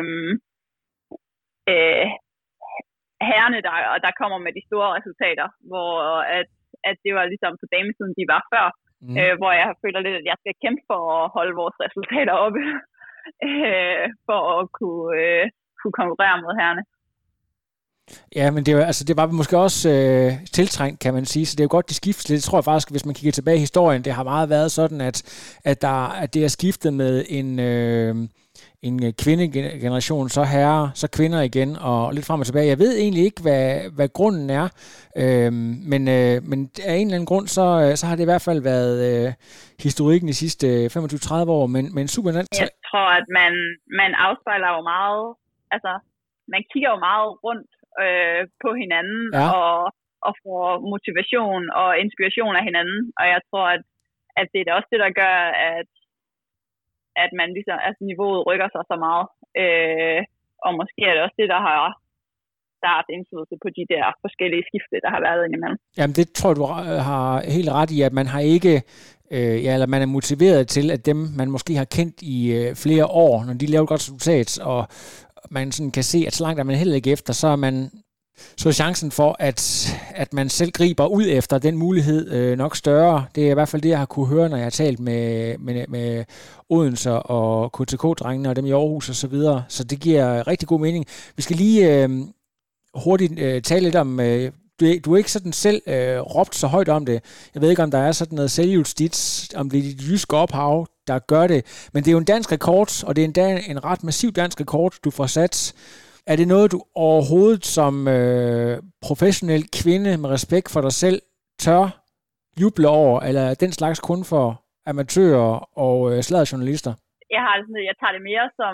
herrerne, der kommer med de store resultater, hvor at det var ligesom på damesiden, de var før, hvor jeg føler lidt, at jeg skal kæmpe for at holde vores resultater oppe, for at kunne konkurrere mod herrerne. Ja, men det var måske også tiltrængt, kan man sige, så det er jo godt, det skiftes lidt. Det tror jeg faktisk, hvis man kigger tilbage i historien, det har meget været sådan, at det er skiftet med en kvindegeneration, så herrer, så kvinder igen, og lidt frem og tilbage. Jeg ved egentlig ikke, hvad grunden er, men af en eller anden grund, så har det i hvert fald været historikken de sidste 25-30 år, men super nemt. Jeg tror, at man afspejler jo meget, altså, man kigger jo meget rundt på hinanden, ja. og får motivation og inspiration af hinanden, og jeg tror, at det er også det, der gør, at man ligesom, altså niveauet rykker sig så meget, og måske er det også det, der har haft indflydelse på de der forskellige skifte, der har været indimellem. Jamen det tror jeg, du har helt ret i, at man har ikke, eller man er motiveret til, at dem, man måske har kendt i flere år, når de laver et godt resultat, og man sådan kan se, at så langt er man heller ikke efter, så er man så chancen for, at man selv griber ud efter den mulighed nok større. Det er i hvert fald det, jeg har kunne høre, når jeg har talt med Odense og KTK-drengene og dem i Aarhus og så videre. Så det giver rigtig god mening. Vi skal lige hurtigt tale lidt om... Du er ikke sådan selv råbt så højt om det. Jeg ved ikke, om der er sådan noget selvjustits, om det er dit jyske ophav, der gør det. Men det er jo en dansk rekord, og det er endda en ret massiv dansk rekord, du får sat. Er det noget, du overhovedet som professionel kvinde med respekt for dig selv tør juble over, eller er den slags kun for amatører og sladderjournalister? Jeg tager det mere som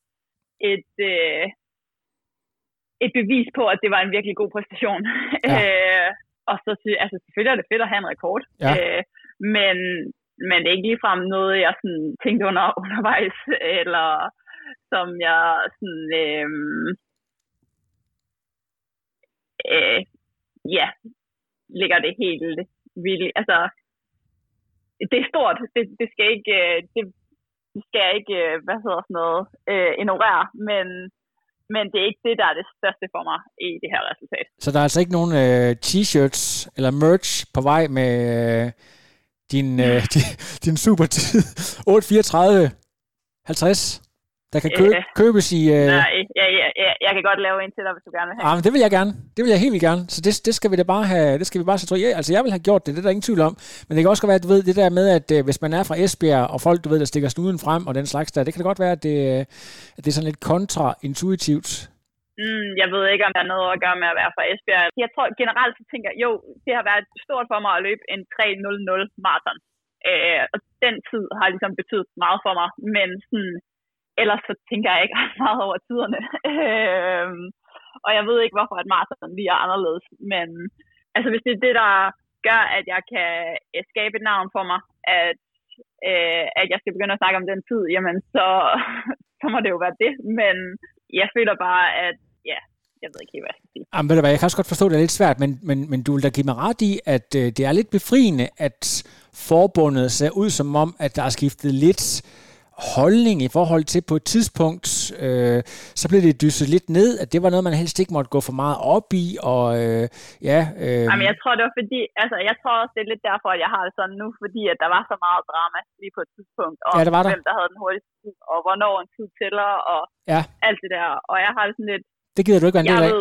et bevis på, at det var en virkelig god præstation. Ja. Og så selvfølgelig er det fedt at have en rekord. Ja. Men det er ikke ligefrem noget, jeg sådan tænkte undervejs, eller som jeg sådan... ligger det helt vildt. Altså, det er stort. Det skal ikke... Det skal jeg ikke, ignorere, men det er ikke det, der er det største for mig i det her resultat. Så der er altså ikke nogen t-shirts eller merch på vej med din supertid 8:34:50, der kan købes i... Nej, jeg kan godt lave en til dig, hvis du gerne vil have. Men det vil jeg gerne. Det vil jeg helt vildt gerne. Så det skal vi da bare have. Det skal vi bare sætte. Altså, jeg vil have gjort det. Det er der ingen tvivl om. Men det kan også godt være, at du ved det der med, at hvis man er fra Esbjerg, og folk, du ved, der stikker snuden frem, og den slags der, det kan da godt være, at det er sådan lidt kontraintuitivt. Jeg ved ikke, om der er noget at gøre med at være fra Esbjerg. Jeg tror generelt, så tænker jeg, jo, det har været stort for mig at løbe en 3:00 maraton. Og den tid har ligesom betydet meget for mig. Men sådan... Ellers så tænker jeg ikke ret meget over tiderne. Og jeg ved ikke, hvorfor et maraton lige er anderledes. Men altså, hvis det er det, der gør, at jeg kan skabe et navn for mig, at jeg skal begynde at snakke om den tid, jamen så må det jo være det. Men jeg føler bare, at jeg ved ikke helt, hvad jeg skal sige. Jamen, ved du hvad, jeg kan også godt forstå, at det er lidt svært, men du vil da give mig ret i, at det er lidt befriende, at forbundet ser ud som om, at der er skiftet lidt holdning i forhold til på et tidspunkt, så blev det dysset lidt ned, at det var noget, man helst ikke måtte gå for meget op i, og Jamen, jeg tror, det var fordi, altså, jeg tror også, det er lidt derfor, at jeg har det sådan nu, fordi at der var så meget drama lige på et tidspunkt, og hvem der havde den hurtigste tid, og hvornår en tid tæller, og alt det der, og jeg har det sådan lidt... Det gider du ikke være en del af?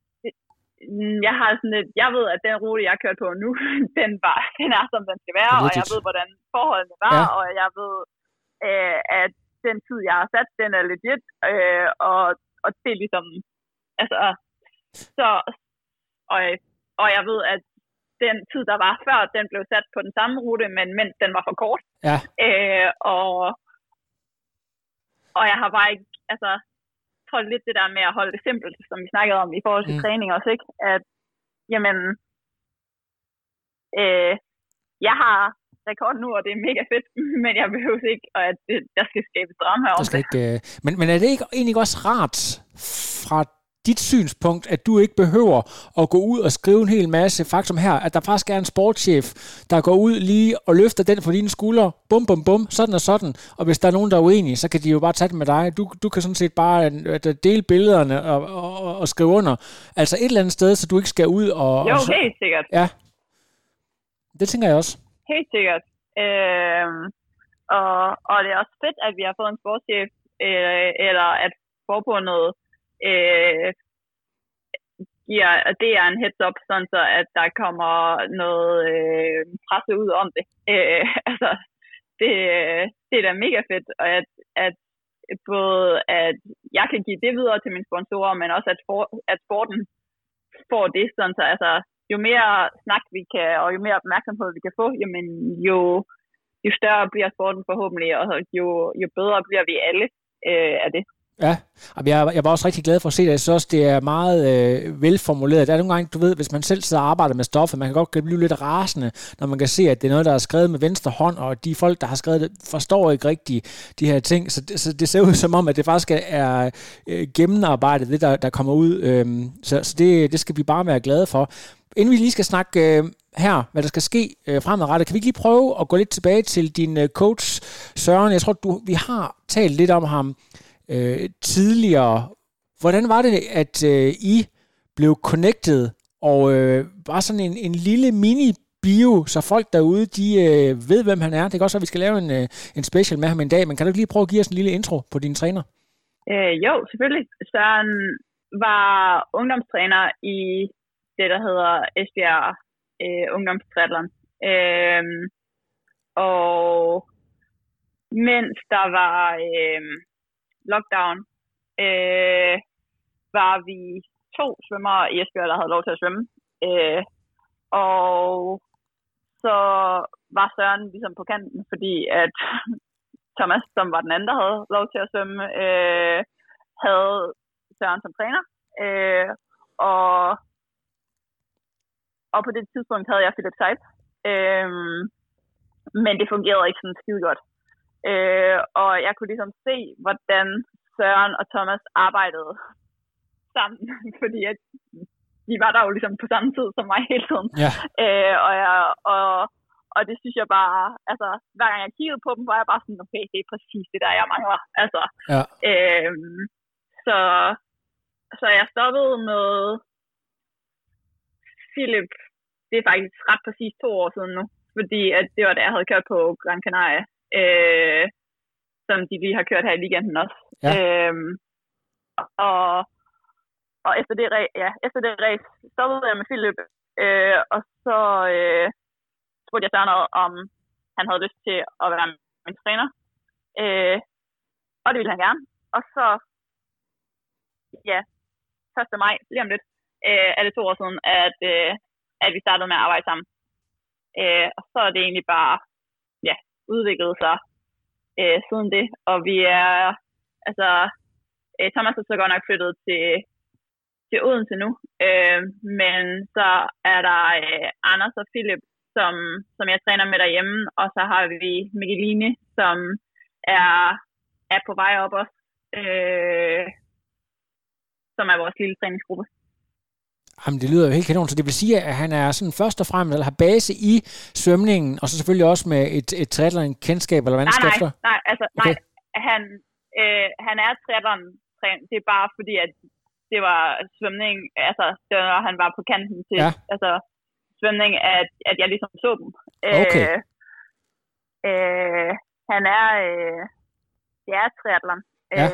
Jeg ved, at den rute, jeg kørt på nu, den er, som den skal være, og jeg ved, hvordan forholdene var, og jeg ved, at den tid, jeg har sat, den er legit, og det er ligesom, altså, så, og jeg ved, at den tid, der var før, den blev sat på den samme rute, men mens den var for kort. Ja. Og jeg har bare ikke, altså, tror lidt det der med at holde det simpelt, som vi snakkede om i forhold til træning også, ikke? At, jamen, jeg har rekord nu, og det er mega fedt, men jeg behøver ikke, og at der skal skabes drama om det. Men er det ikke egentlig også rart fra dit synspunkt, at du ikke behøver at gå ud og skrive en hel masse faktum her, at der faktisk er en sportschef, der går ud lige og løfter den på dine skuldre, bum, bum, bum, sådan og sådan, og hvis der er nogen, der er uenige, så kan de jo bare tage det med dig. Du kan sådan set bare dele billederne og skrive under. Altså et eller andet sted, så du ikke skal ud og... Jo, helt sikkert. Ja, det tænker jeg også. Helt sikkert. Og det er også fedt, at vi har fået en sportschef, eller at forbundet giver det er en heads up, sådan så at der kommer noget presse ud om det. Altså, det er da mega fedt, og at både at jeg kan give det videre til mine sponsorer, men også at sporten får det, sådan så altså, jo mere snak vi kan, og jo mere opmærksomhed vi kan få, jamen jo større bliver sporten forhåbentlig, og jo bedre bliver vi alle af det. Ja, jeg var også rigtig glad for at se det. Jeg synes også, det er meget velformuleret. Der er nogle gange, du ved, hvis man selv sidder og arbejder med stoffet, man kan godt blive lidt rasende, når man kan se, at det er noget, der er skrevet med venstre hånd, og de folk, der har skrevet det, forstår ikke rigtigt de her ting. Så det ser ud som om, at det faktisk er gennemarbejdet, det der kommer ud. Så det skal vi bare være glade for. Inden vi lige skal snakke her, hvad der skal ske fremadrettet, kan vi ikke lige prøve at gå lidt tilbage til din coach, Søren? Jeg tror, vi har talt lidt om ham tidligere. Hvordan var det, at I blev connected, og bare sådan en lille mini-bio, så folk derude, de ved, hvem han er. Det kan også være, at vi skal lave en special med ham en dag, men kan du ikke lige prøve at give os en lille intro på din træner? Jo, selvfølgelig. Søren var ungdomstræner i det, der hedder Esbjerg Ungdomstriathlon. Og mens der var lockdown, var vi 2 svømmere i Esbjerg, der havde lov til at svømme. Og så var Søren ligesom på kanten, fordi at Thomas, som var den anden, der havde lov til at svømme, havde Søren som træner. Og på det tidspunkt havde jeg Philip Seip. Men det fungerede ikke sådan skide godt. Og jeg kunne ligesom se, hvordan Søren og Thomas arbejdede sammen, fordi at de var der jo ligesom på samme tid som mig hele tiden. Ja. Og det synes jeg bare, altså hver gang jeg kiggede på dem, var jeg bare sådan, okay, det er præcis det der, jeg mangler. Altså, ja. Så jeg stoppede med Philip, det er faktisk ret præcis 2 år siden nu, fordi at det var da jeg havde kørt på Gran Canaria, som de lige har kørt her i weekenden også. Ja. Og efter det race stoppede jeg med Philip, og så spurgte jeg Søren om han havde lyst til at være min træner. Og det ville han gerne. Og så, 1. maj, lige om lidt, er det 2 år siden, at vi startede med at arbejde sammen. Og så er det egentlig bare udviklet sig siden det. Og vi er, altså, Thomas er så godt nok flyttet til Odense nu. Men så er der Anders og Philip, som jeg træner med derhjemme. Og så har vi Mikkeline, som er på vej op også. Som er vores lille træningsgruppe. Jamen, det lyder jo helt kanon, så det vil sige, at han er sådan først og fremmest, eller har base i svømningen, og så selvfølgelig også med et triathlon-kendskab, eller hvad skal efter? Nej, altså, okay. Han er triathlon-træner. Det er bare fordi, at det var svømning, altså, da han var på kanten til altså, svømning, at jeg ligesom så dem. Okay. Han er, det er triathlon. Ja.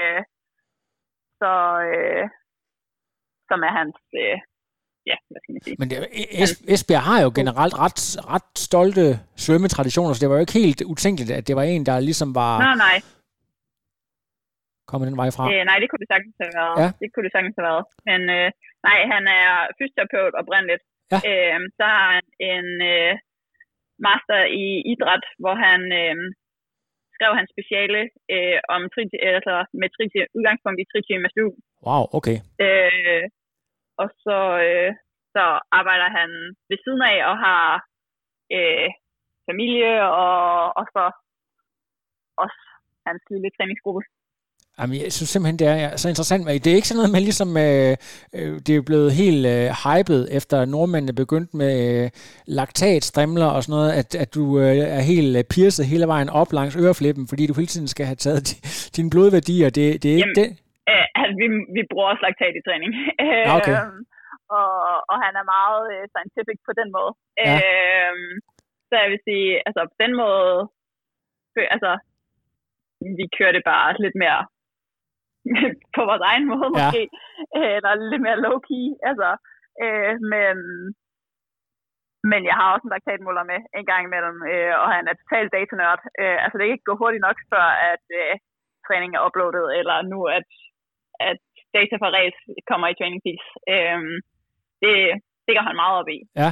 Som er hans, hvad skal man sige. Men Esbjerg har jo generelt ret stolte svømmetraditioner, så det var jo ikke helt utænkeligt, at det var en, der ligesom var... Nej. Kommet den vej fra. Nej, det kunne det sagtens have været. Ja. Det kunne det sagtens have været. Men nej, han er fysioterapeut oprindeligt. Ja. Så har han en master i idræt, hvor han skrev hans speciale om med udgangspunkt i tritium. Wow, okay. Og så arbejder han ved siden af og har familie og så også hans lille træningsgruppe. Jamen, jeg synes simpelthen, det er så interessant. Det er ikke sådan noget med ligesom, det er blevet helt hypet, efter nordmændene begyndte med laktatstrimler og sådan noget, at du er helt piercet hele vejen op langs øreflippen, fordi du hele tiden skal have taget dine blodværdier. Det er ikke det? Altså, vi bruger også laktat i træning. Okay. Og han er meget scientific på den måde. Ja. Så jeg vil sige, altså på den måde, altså vi kører det bare lidt mere på vores egen måde måske, eller lidt mere low-key, altså, men jeg har også en laktatmåler med en gang imellem, og han er totalt datanørd. Altså det kan ikke gå hurtigt nok, før at træningen er uploadet, eller nu at data fra race kommer i Training Peaks. Det går han meget op i. Ja.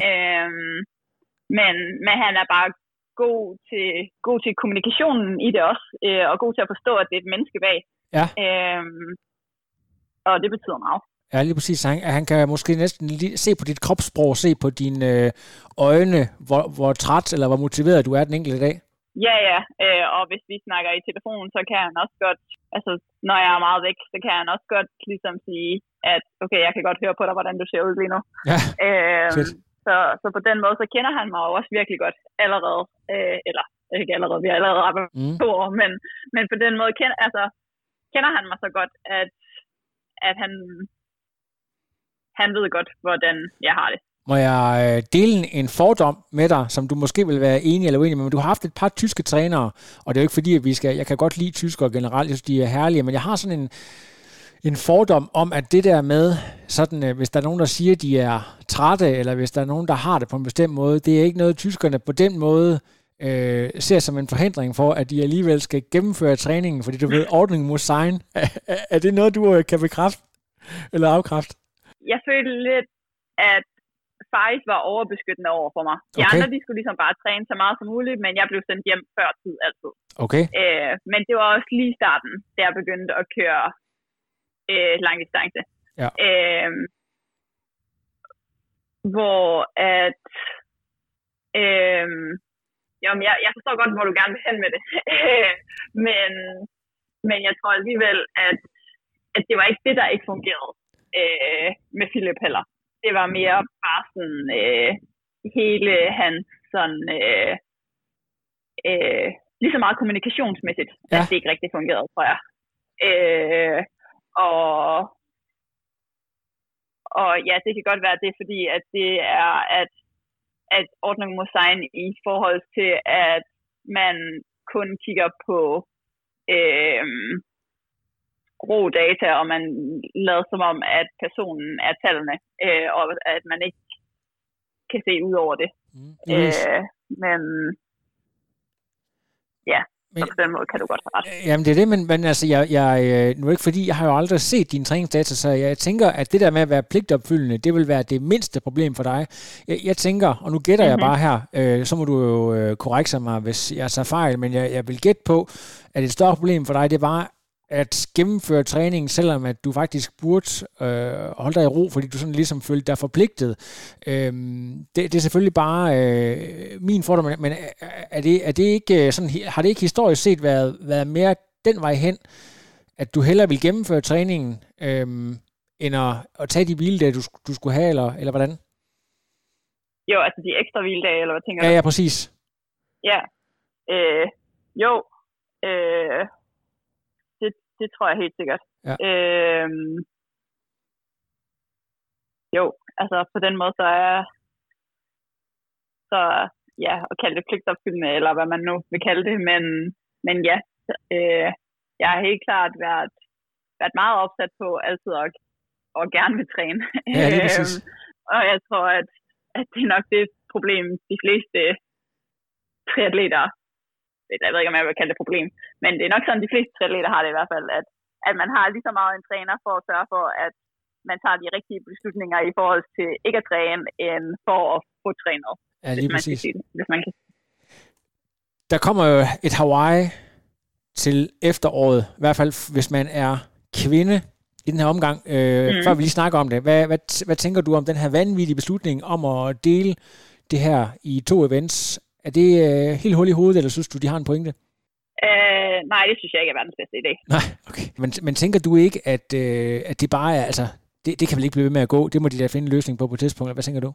Men han er bare god til kommunikationen i det også, og god til at forstå, at det er et menneske bag. Ja. Og det betyder meget. Ja, lige præcis. Han kan måske næsten se på dit kropssprog, se på dine øjne, hvor træt eller hvor motiveret du er den enkelte dag. Ja, og hvis vi snakker i telefonen, så kan han også godt, altså når jeg er meget væk, så kan han også godt ligesom sige, at okay, jeg kan godt høre på dig, hvordan du ser ud lige nu. Ja, så på den måde, så kender han mig også virkelig godt allerede, eller ikke allerede, vi har allerede arbejdet 2 år, men på den måde kender han mig så godt, at han han ved godt, hvordan jeg har det. Må jeg dele en fordom med dig, som du måske vil være enig eller uenig med, men du har haft et par tyske trænere, og det er jo ikke fordi, at jeg kan godt lide tyskere generelt, jeg synes, de er herlige, men jeg har sådan en fordom om, at det der med, sådan, hvis der er nogen, der siger, at de er trætte, eller hvis der er nogen, der har det på en bestemt måde, det er ikke noget, tyskerne på den måde ser som en forhindring for, at de alligevel skal gennemføre træningen, fordi du ved, ordningen muss sein. Er det noget, du kan bekræfte eller afkræfte? Jeg følte lidt, at faktisk var overbeskyttende over for mig. De andre, de skulle ligesom bare træne så meget som muligt, men jeg blev sendt hjem før tid altid. Okay. Men det var også lige starten, da jeg begyndte at køre lang distance. Ja. Hvor at jeg forstår godt, hvor du gerne vil hen med det. men jeg tror alligevel, at det var ikke det, der ikke fungerede med Philip heller. Det var mere bare sådan hele hans sådan lige så meget kommunikationsmæssigt, at det ikke rigtig fungerede, tror jeg. Og ja, det kan godt være, at det er fordi, at det er, at ordningen må sein i forhold til, at man kun kigger på rå data, og man lader som om, at personen er tallene, og at man ikke kan se ud over det. Men ja, så på den måde kan du godt have ret. Jamen det er det, men altså, nu er ikke fordi, jeg har jo aldrig set dine træningsdata, så jeg tænker, at det der med at være pligtopfyldende, det vil være det mindste problem for dig. Jeg tænker, og nu gætter jeg bare her, så må du jo korrekse mig, hvis jeg tager fejl, men jeg vil gætte på, at et større problem for dig, det var at gennemføre træningen, selvom at du faktisk burde holde dig i ro, fordi du sådan ligesom følte dig forpligtet. Det er selvfølgelig bare min fordom, men er det ikke sådan, har det ikke historisk set været mere den vej hen, at du hellere vil gennemføre træningen, end at tage de hviledage, du skulle have, eller hvordan? Jo, altså de ekstra hviledage, eller hvad tænker du? Ja, præcis. Ja. Det tror jeg helt sikkert. Ja. Altså på den måde, så at kalde det pligtopfyldende, eller hvad man nu vil kalde det, men ja, jeg har helt klart været meget opsat på altid og gerne vil træne. Ja, lige præcis. Og jeg tror, at det er nok det problem, de fleste triatleter, jeg ved ikke, om jeg vil kalde det problem, men det er nok sådan, de fleste triatleter har det i hvert fald, at man har lige så meget en træner for at sørge for, at man tager de rigtige beslutninger i forhold til ikke at træne, end for at få trænet. Ja, lige præcis. Hvis man kan. Der kommer jo et Hawaii til efteråret, i hvert fald hvis man er kvinde i den her omgang. Før vi lige snakker om det, hvad tænker du om den her vanvittige beslutning om at dele det her i 2 events? Er det helt hul i hovedet, eller synes du, de har en pointe? Nej, det synes jeg ikke er verdens bedste idé. Nej, okay. Men tænker du ikke, at det bare er, altså, det kan vel ikke blive ved med at gå? Det må de da finde en løsning på et tidspunkt. Hvad tænker du?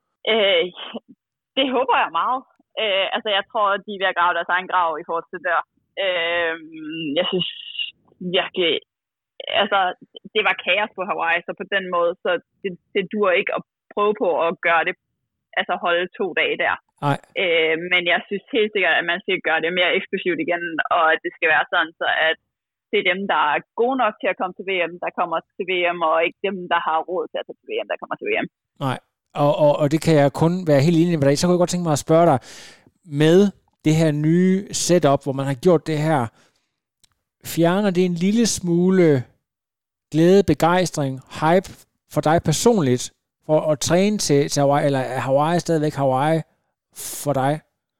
Det håber jeg meget. Altså, jeg tror, at de er ved at grave deres egen grav i forhold til det der. Jeg synes virkelig, altså, det var kaos på Hawaii, så på den måde, så det dur ikke at prøve på at gøre det, altså holde 2 dage der. Men jeg synes helt sikkert, at man skal gøre det mere eksklusivt igen, og at det skal være sådan, så at det er dem, der er gode nok til at komme til VM, der kommer til VM, og ikke dem, der har råd til at tage til VM, der kommer til VM. Nej, og det kan jeg kun være helt enig med dig. Så kunne jeg godt tænke mig at spørge dig, med det her nye setup, hvor man har gjort det her, fjerner det en lille smule glæde, begejstring, hype for dig personligt, for at træne til Hawaii, eller er Hawaii stadigvæk Hawaii for dig?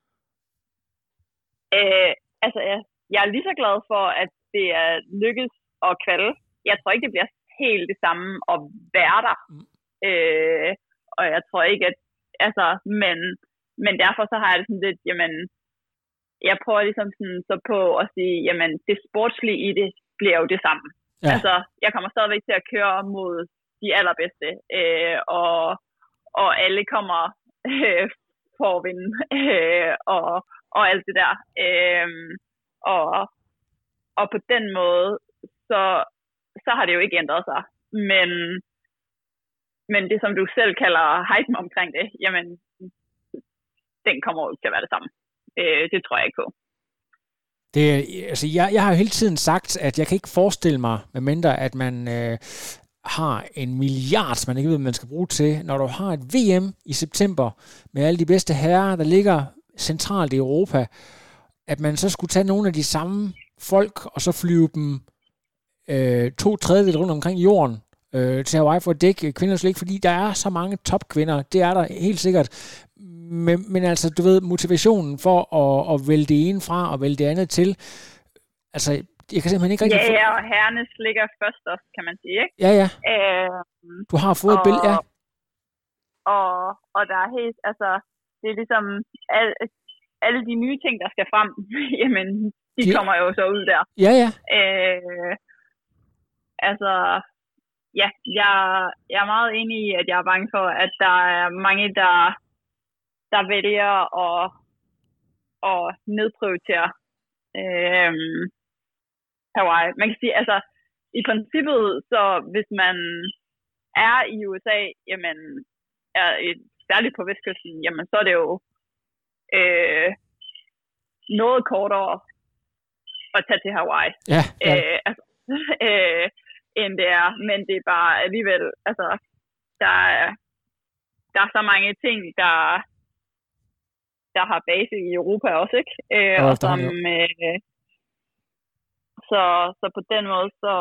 Altså, jeg er lige så glad for, at det er lykkedes at kvalde. Jeg tror ikke, det bliver helt det samme at være der. Og jeg tror ikke, at... Altså, men derfor så har jeg det sådan lidt, jamen... Jeg prøver ligesom sådan så på at sige, jamen, det sportslige i det bliver jo det samme. Ja. Altså, jeg kommer stadigvæk til at køre mod de allerbedste, og alle kommer for at vinde, og alt det der. Og på den måde, så har det jo ikke ændret sig. Men men det, som du selv kalder hypen omkring det, jamen, den kommer jo til at være det samme. Det tror jeg ikke på. Altså, jeg har jo hele tiden sagt, at jeg kan ikke forestille mig, medmindre at man har en milliard, man ikke ved, hvad man skal bruge til, når du har et VM i september med alle de bedste herrer, der ligger centralt i Europa, at man så skulle tage nogle af de samme folk, og så flyve dem 2/3 rundt omkring jorden til Hawaii for at dække kvinders lig, fordi der er så mange topkvinder, det er der helt sikkert. Men altså, du ved, motivationen for at vælge det ene fra og vælge det andet til, altså, jeg kan simpelthen ikke rigtig... Ja, og herrenes ligger først også, kan man sige, ikke? Ja. Du har fået et billede, ja. Og der er helt, altså, det er ligesom alle de nye ting, der skal frem, jamen, de kommer jo så ud der. Ja. Altså, ja, jeg er meget enig i, at jeg er bange for, at der er mange, der vælger at nedprioritere Hawaii. Man kan sige, altså, i princippet, så hvis man er i USA, jamen, særligt på Vestkysten, jamen, så er det jo noget kortere at tage til Hawaii. Ja. End det er, men det er bare alligevel, altså, der er så mange ting, der har base i Europa også, ikke? Og som, så på den måde, så,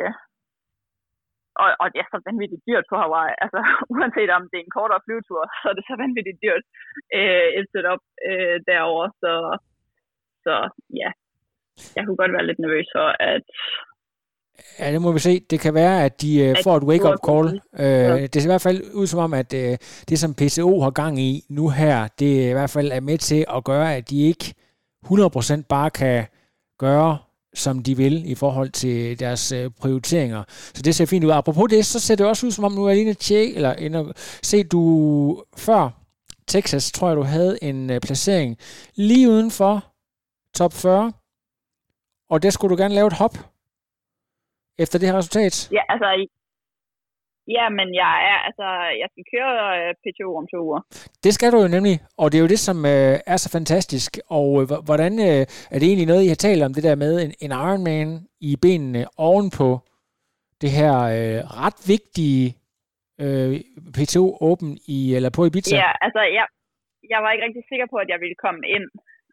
og det er så vanvittigt dyrt på Hawaii, altså, uanset om det er en kortere flyvetur, så er det så vanvittigt dyrt, et setup derovre, så ja, jeg kunne godt være lidt nervøs for, at ja, det må vi se. Det kan være, at de får et wake-up call. Det ser i hvert fald ud som om, at det, som PCO har gang i nu her, det i hvert fald er med til at gøre, at de ikke 100% bare kan gøre, som de vil i forhold til deres prioriteringer. Så det ser fint ud. Apropos det, så ser det også ud som om, nu er jeg lige se, du før Texas, tror jeg, du havde en placering lige uden for top 40, og der skulle du gerne lave et hop efter det her resultat? Ja, altså, men jeg skal køre PTO om 2 uger. Det skal du jo nemlig, og det er jo det, som er så fantastisk. Og hvordan er det egentlig noget, I har talt om, det der med en Ironman i benene ovenpå det her ret vigtige PTO Open eller på Ibiza? Ja, altså, jeg var ikke rigtig sikker på, at jeg ville komme ind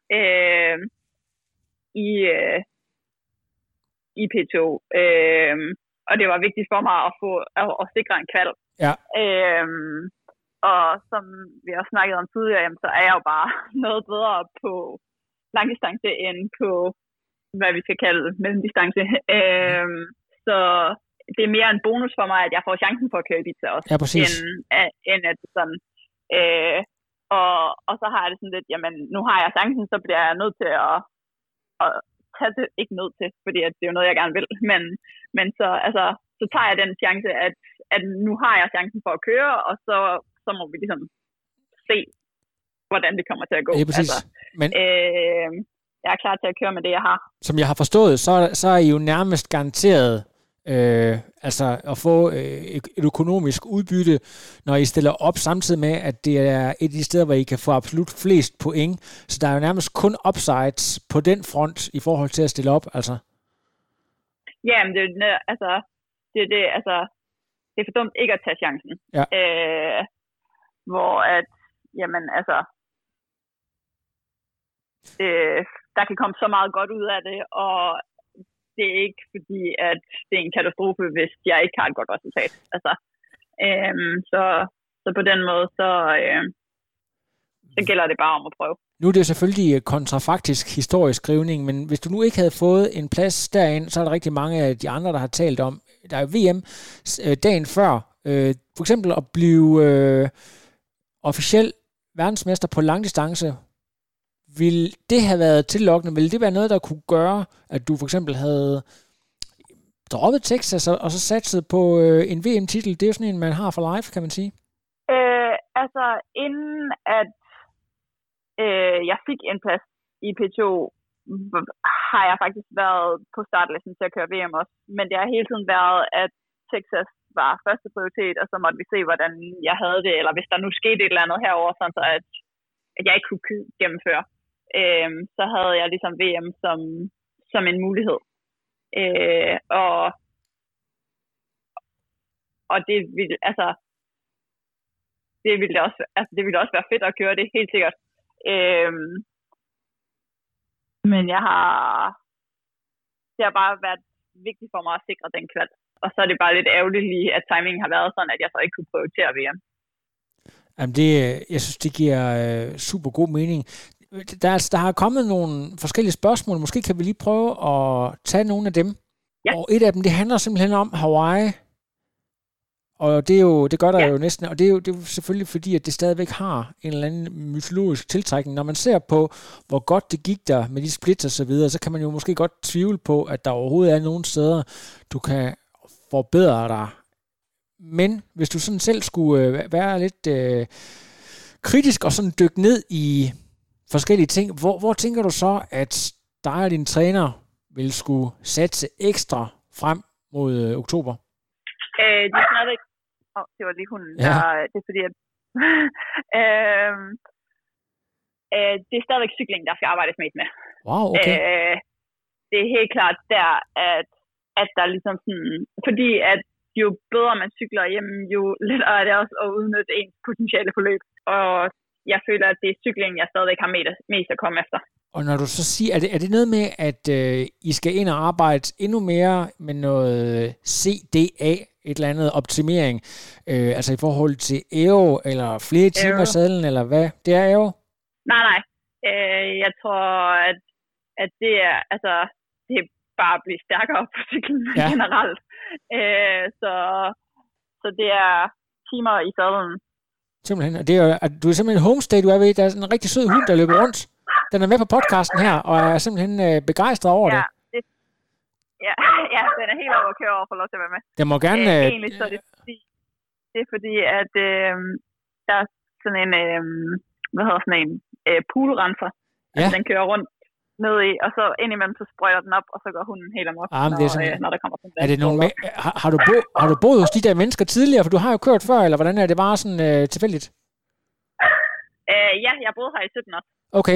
i PTO. Og det var vigtigt for mig at sikre en kval. Ja. Og som vi har snakket om tidligere, så er jeg jo bare noget bedre på langdistance end på, hvad vi skal kalde mellemdistance. Så det er mere en bonus for mig, at jeg får chancen for at køre Ibiza også. Ja, præcis. End at det sådan. Og så har jeg det sådan lidt, jamen, nu har jeg chancen, så bliver jeg nødt til at tage det, ikke nødt til, fordi at det er jo noget, jeg gerne vil, men så, altså, så tager jeg den chance, at nu har jeg chancen for at køre, og så må vi ligesom se, hvordan det kommer til at gå. Ja, præcis. Altså, men jeg er klar til at køre med det, jeg har. Som jeg har forstået, så er I jo nærmest garanteret altså at få et økonomisk udbytte, når I stiller op, samtidig med, at det er et af de steder, hvor I kan få absolut flest point. Så der er jo nærmest kun upsides på den front i forhold til at stille op, altså. Ja, men det er for dumt ikke at tage chancen. Ja. Hvor at, jamen, altså, der kan komme så meget godt ud af det, og det er ikke fordi, at det er en katastrofe, hvis jeg ikke har et godt resultat. Altså, så på den måde, så gælder det bare om at prøve. Nu er det selvfølgelig kontrafaktisk historieskrivning, men hvis du nu ikke havde fået en plads derind, så er der rigtig mange af de andre, der har talt om, der er VM dagen før, for eksempel at blive officiel verdensmester på langdistance. Vil det have været tillokkende? Vil det være noget, der kunne gøre, at du for eksempel havde droppet Texas og så satset på en VM-titel? Det er jo sådan en, man har for life, kan man sige. Altså, inden at jeg fik en plads i PTO, har jeg faktisk været på startlisten til at køre VM også. Men det har hele tiden været, at Texas var første prioritet, og så måtte vi se, hvordan jeg havde det, eller hvis der nu skete et eller andet herover, sådan så at jeg ikke kunne gennemføre, så havde jeg ligesom VM som en mulighed. Og det ville, altså, det ville også være fedt at køre det, helt sikkert. Men det har bare været vigtigt for mig at sikre den kval. Og så er det bare lidt ærgerligt lige, at timingen har været sådan, at jeg så ikke kunne prioritere VM. Jamen jeg synes, det giver super god mening. Der har kommet nogle forskellige spørgsmål. Måske kan vi lige prøve at tage nogle af dem. Ja. Og et af dem, det handler simpelthen om Hawaii. Og det gør der jo næsten, og det er jo selvfølgelig fordi, at det stadigvæk har en eller anden mytologisk tiltrækning. Når man ser på, hvor godt det gik der med de splits og så videre, så kan man jo måske godt tvivle på, at der overhovedet er nogle steder, du kan forbedre dig. Men hvis du sådan selv skulle være lidt kritisk og sådan dykke ned i forskellige ting, hvor tænker du så, at dig og din træner vil skulle satse ekstra frem mod oktober? De er stadigvæk... det var lige hunden. Ja. Det er fordi, at... det er stadigvæk cykling, der skal arbejdes mest med. Wow, okay. Det er helt klart der, at der ligesom sådan... Fordi at jo bedre man cykler hjem, jo lettere er det også at udnytte ens potentiale forløb. Og jeg føler, at det er cyklingen, jeg stadigvæk har mest at komme efter. Og når du så siger, er det noget med, at I skal ind og arbejde endnu mere med noget CDA, et eller andet optimering, altså i forhold til AERO, eller flere timer sadlen, eller hvad? Det er AERO? Nej. Jeg tror, at det er, altså, det er bare at blive stærkere på cyklen generelt. Så det er timer i sadlen. Simpelthen. Og det er, at du er simpelthen homestay, du er ved. Der er sådan en rigtig sød hund, der løber rundt. Den er med på podcasten her, og er simpelthen begejstret over det. Ja, den er helt over at køre over for lov til at være med. Den må gerne... egentlig så er det er fordi, at der er sådan en, poolrenser. Ja. Altså, den kører rundt ned i, og så indimellem så sprøjter den op, og så går hunden helt amok, når der kommer sådan en. Er det nogle har du boet hos de der mennesker tidligere? For du har jo kørt før, eller hvordan er det bare sådan tilfældigt? Ja, jeg boede her i 17 år. Okay.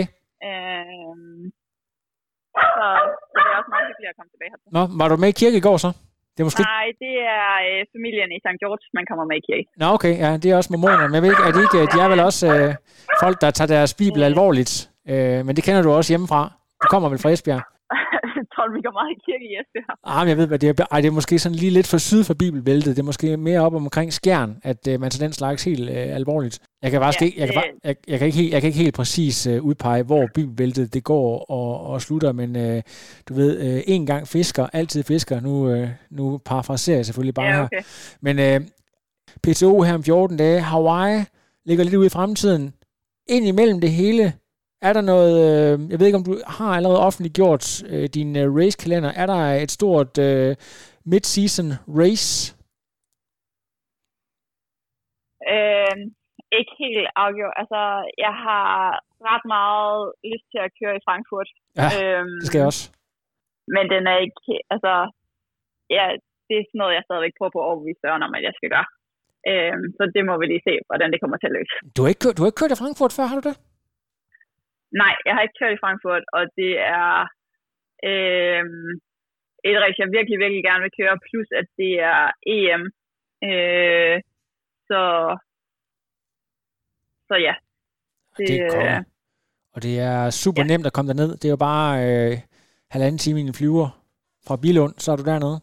Så det er også meget hyggeligt at komme tilbage hertil. Nå, var du med i kirke i går så? Det er måske... Nej, det er familien i St. George, man kommer med i kirke. Nå, okay, ja, det er også mormoner. Men jeg ved ikke, de er vel også folk, der tager deres bibel alvorligt. Men det kender du også hjemmefra. Du kommer vel fra Esbjerg? Jeg tror, vi går meget i kirke i Esbjerg. Men jeg ved, hvad det er. Det er måske sådan lige lidt for syd for bibelbæltet. Det er måske mere op omkring Skjern, at man tager den slags helt alvorligt. Jeg kan faktisk jeg kan ikke helt præcis udpege, hvor bibelbæltet det går og slutter, men du ved, en gang fisker, altid fisker. Nu parafraserer jeg selvfølgelig bare her. Men PTO her om 14 dage, Hawaii ligger lidt ude i fremtiden. Ind imellem det hele, er der noget, jeg ved ikke, om du har allerede offentliggjort din racekalender. Er der et stort mid-season race? Ikke helt afgjort. Altså, jeg har ret meget lyst til at køre i Frankfurt. Ja, det skal jeg også. Men den er ikke, altså, ja, det er sådan noget, jeg stadigvæk prøver på at overbevise Søren om, at jeg skal gøre. Så det må vi lige se, hvordan det kommer til at løse. Du har ikke kørt i Frankfurt før, har du det? Nej, jeg har ikke kørt i Frankfurt, og det er et race, jeg virkelig, virkelig gerne vil køre, plus at det er EM. Så ja. Det er godt. Og det er super nemt at komme derned. Det er jo bare 1,5 time i en flyver fra Billund, så er du dernede.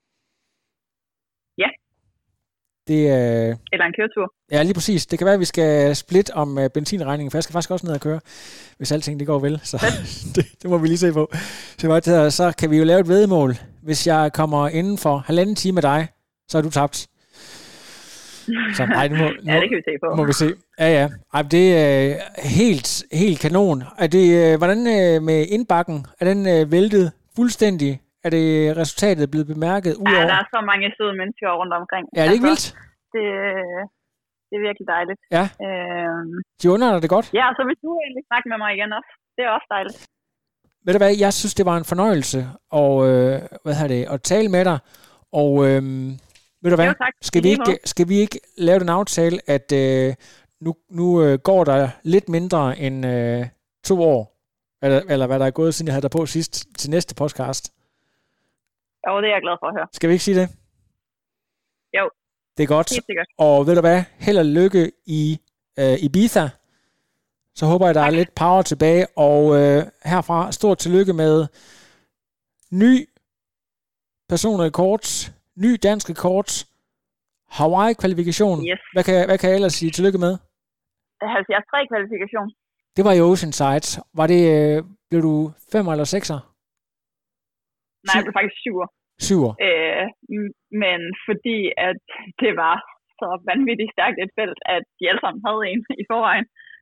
Ja. Eller en køretur. Ja, lige præcis. Det kan være, at vi skal splitte om benzinregningen, for jeg skal faktisk også ned og køre, hvis alting det går vel. Så det må vi lige se på. Så kan vi jo lave et væddemål. Hvis jeg kommer inden for 1,5 time med dig, så er du tabt. Så nej, det kan vi se på. Må vi se. Ja. Ej, det er helt kanon. Er det, hvordan med indbakken? Er den væltet fuldstændig? Er det resultatet blevet bemærket udover? Ja, der er så mange søde mennesker rundt omkring. Ja, det er ikke vildt? Det er virkelig dejligt. Ja. De under dig det godt? Ja, så hvis du egentlig snakker med mig igen også. Det er også dejligt. Ved du hvad, jeg synes, det var en fornøjelse at tale med dig. Og Ved du hvad? Jo, tak. Skal vi ikke lave den aftale, at nu går der lidt mindre end 2 år, eller hvad der er gået, siden jeg havde dig på sidst til næste podcast? Jo, det er jeg glad for at høre. Skal vi ikke sige det? Jo. Det er godt. Helt sikkert. Og ved du hvad? Held og lykke i Ibiza. Så håber jeg, der er lidt power tilbage. Og herfra, stort tillykke med ny personrekord, ny dansk rekord, Hawaii-kvalifikation. Yes. Hvad kan jeg ellers sige tillykke med? 73-kvalifikation. Det var i Oceanside. Var det, blev du 5 eller 6'er? Nej, jeg blev faktisk 7'er. 7'er. Men fordi at det var så vanvittigt stærkt et felt, at de alle sammen havde en i forvejen,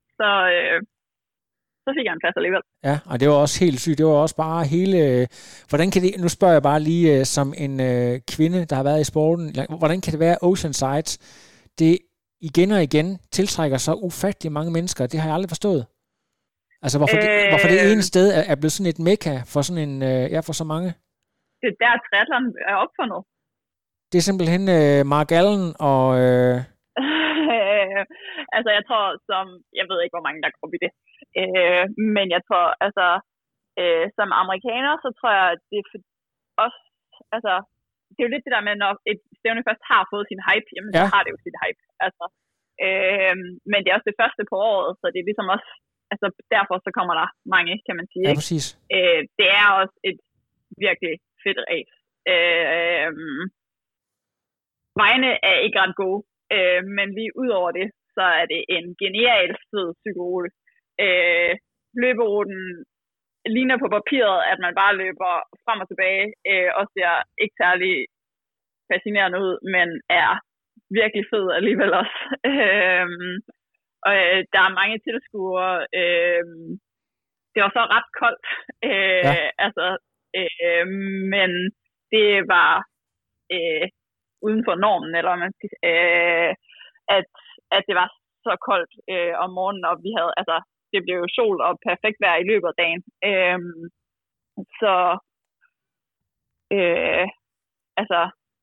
så fik jeg en plads alligevel. Ja, og det var også helt sygt. Det var også bare hele... Hvordan kan det... Nu spørger jeg bare lige som en kvinde, der har været i sporten. Hvordan kan det være, Oceanside, det igen og igen tiltrækker så ufattelig mange mennesker? Det har jeg aldrig forstået. Altså, hvorfor det ene sted er blevet sådan et mekka for sådan en... for så mange? Det er der, triathlon er opfundet. Det er simpelthen Mark Allen og... altså, jeg tror, jeg ved ikke, hvor mange der går op i det. Men jeg tror, altså, som amerikaner, så tror jeg, at det er for os, altså, det er jo lidt det der med, når et stævne først har fået sin hype, jamen, så har det jo sit hype, altså. Men det er også det første på året, så det er ligesom også, altså, derfor så kommer der mange, kan man sige. Ja, ikke? præcis. Det er også et virkelig fedt race. Vejene er ikke ret gode, men lige ud over det, så er det en genial fed cykelrute. Løberuten ligner på papiret, at man bare løber frem og tilbage, og ser ikke særlig fascinerende ud, men er virkelig fed alligevel også. Og der er mange tilskuere. Det var så ret koldt, men det var uden for normen, eller man skal, at det var så koldt om morgenen, og vi havde, altså, det blev jo sol og perfekt vejr i løbet af dagen. Så altså,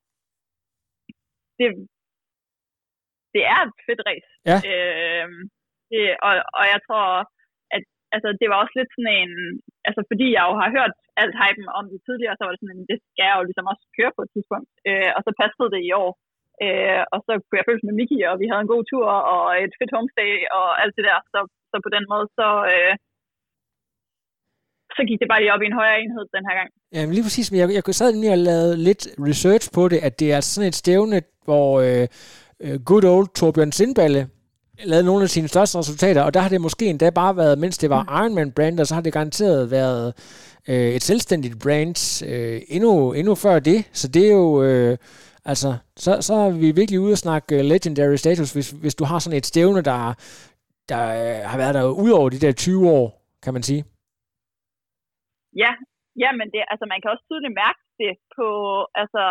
det er et fedt race. Ja. Og jeg tror, at altså, det var også lidt sådan en, altså fordi jeg jo har hørt alt hypen om det tidligere, så var det sådan en, det skal jeg jo ligesom også køre på et tidspunkt. Og så passede det i år. Og så kunne jeg følges med Miki, og vi havde en god tur, og et fedt homestay, og alt det der. Så på den måde, så gik det bare lige op i en højere enhed den her gang. Ja, men lige præcis. Men jeg sad lige og lavede lidt research på det, at det er sådan et stævne, hvor good old Torbjørn Sindballe lavede nogle af sine største resultater, og der har det måske endda bare været, mens det var Ironman-brand, og så har det garanteret været et selvstændigt brand endnu før det. Så det er jo... altså, så er vi virkelig ude at snakke legendary status, hvis du har sådan et stævne, der har været der ud over de der 20 år, kan man sige. Ja, men det, altså, man kan også tydeligt mærke det på, altså,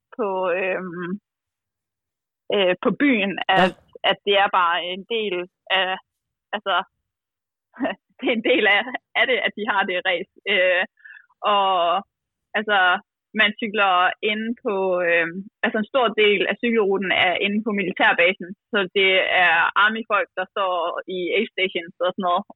på byen, at det er bare en del af, altså, det er en del af det, at de har det race. Og altså, man cykler inde på, altså en stor del af cykelruten er inde på militærbasen, så det er army-folk, der står i aid-stations og sådan noget.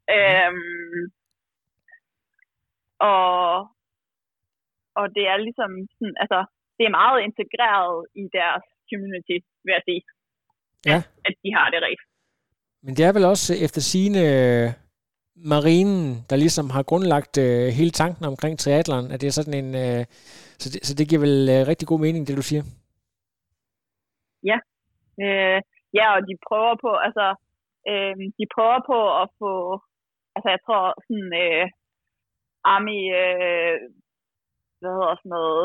Og det er ligesom sådan, altså, det er meget integreret i deres community, vil jeg sige, at de har det race. Men det er vel også efter sigende marinen, der ligesom har grundlagt hele tanken omkring triathlon, at det er sådan en... Så det giver vel rigtig god mening, det du siger? Ja. Ja, og de prøver på, altså... de prøver på at få... Altså, jeg tror sådan... Army... hvad hedder sådan noget...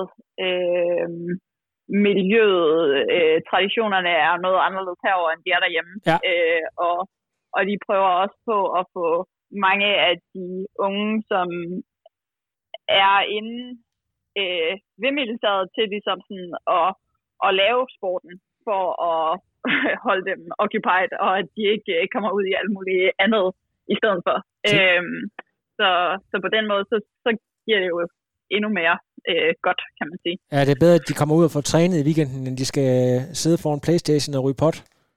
miljøet, traditionerne er noget anderledes herovre, end de er derhjemme. Ja. Og de prøver også på at få mange af de unge, som er inde ved militæret til ligesom sådan at lave sporten for at holde dem occupied, og at de ikke kommer ud i alt muligt andet i stedet for. Så på den måde, så giver det jo endnu mere godt, kan man sige. Ja, det er bedre, at de kommer ud og får trænet i weekenden, end de skal sidde foran PlayStation og ryge pot.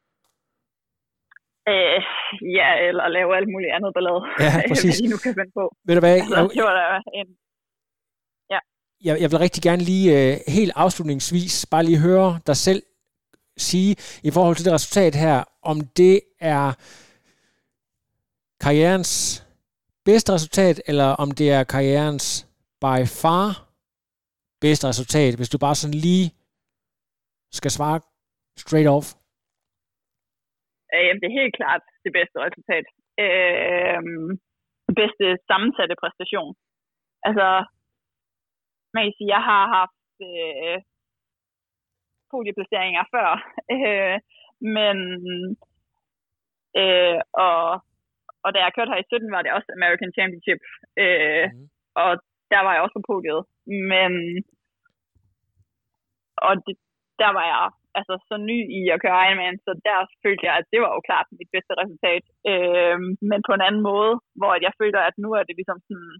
Ja, eller lave alt muligt andet ballade. Ja, præcis. Hvad de nu kan finde på. Ved du hvad? Det var der en... Jeg vil rigtig gerne lige helt afslutningsvis bare lige høre dig selv sige i forhold til det resultat her, om det er karrierens bedste resultat, eller om det er karrierens by far bedste resultat, hvis du bare sådan lige skal svare straight off. Det er helt klart det bedste resultat. Bedste sammensatte præstation. Altså, man kan sige, jeg har haft podieplaceringer før, men og da jeg kørte her i 17, var det også American Championship, og der var jeg også på podiet, men der var jeg altså så ny i at køre Ironman, så der følte jeg, at det var jo klart mit bedste resultat, men på en anden måde, hvor jeg føler, at nu er det ligesom sådan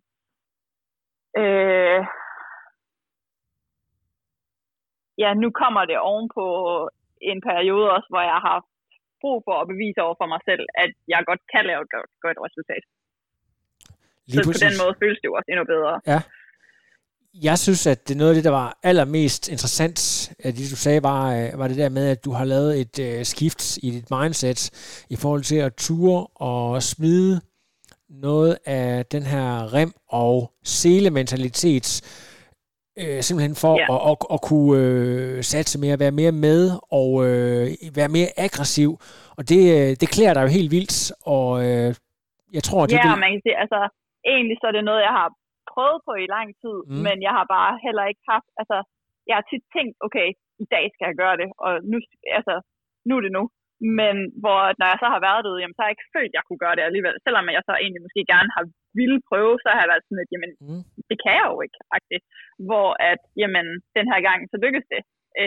nu kommer det ovenpå en periode også, hvor jeg har haft brug for at bevise over for mig selv, at jeg godt kan lave et godt resultat. Så på den måde føles det jo også endnu bedre. Ja. Jeg synes, at det noget af det, der var allermest interessant, at det du sagde, var det der med, at du har lavet et skift i dit mindset i forhold til at ture og smide noget af den her rem- og sele-mentalitet, simpelthen for at kunne satse mere, være mere med og være mere aggressiv. Og det klæder dig jo helt vildt, og jeg tror, at det man kan sige, altså egentlig så er det noget, jeg har prøvet på i lang tid, men jeg har bare heller ikke haft, altså jeg har tit tænkt, okay, i dag skal jeg gøre det, og nu er det nu. Men hvor, når jeg så har været det, jamen, så har jeg ikke følt, at jeg kunne gøre det alligevel. Selvom jeg så egentlig måske gerne har ville prøve, så har jeg været sådan, at jamen, det kan jeg jo ikke. Faktisk. Hvor at, jamen, den her gang, så lykkes det.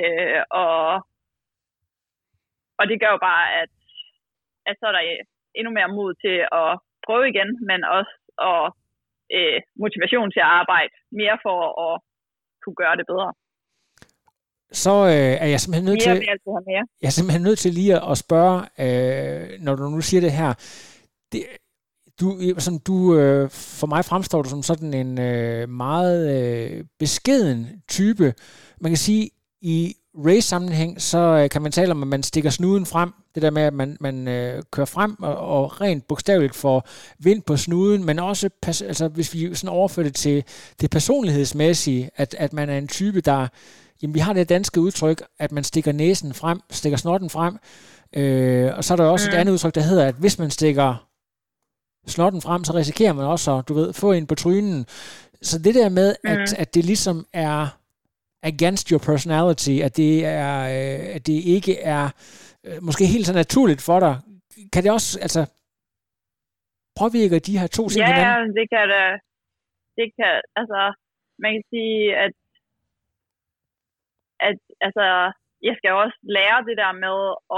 Og det gør jo bare, at så er der endnu mere mod til at prøve igen, men også motivation til at arbejde mere for at kunne gøre det bedre. Så er jeg simpelthen nødt til, lige at spørge, når du nu siger det her. For mig fremstår du som sådan en meget beskeden type. Man kan sige, i race-sammenhæng, så kan man tale om, at man stikker snuden frem. Det der med, at man kører frem og rent bogstaveligt får vind på snuden, men også, altså, hvis vi sådan overfører det til det personlighedsmæssige, at man er en type, der... Jamen, vi har det danske udtryk, at man stikker næsen frem, stikker snotten frem, og så er der også et andet udtryk, der hedder, at hvis man stikker snotten frem, så risikerer man også at, få en på trynen. Så det der med, at det ligesom er against your personality, at det ikke er måske helt så naturligt for dig, kan det også, altså, påvirke de her to ting hinanden? Ja, det kan det. Det kan, altså, man kan sige, at altså, jeg skal også lære det der med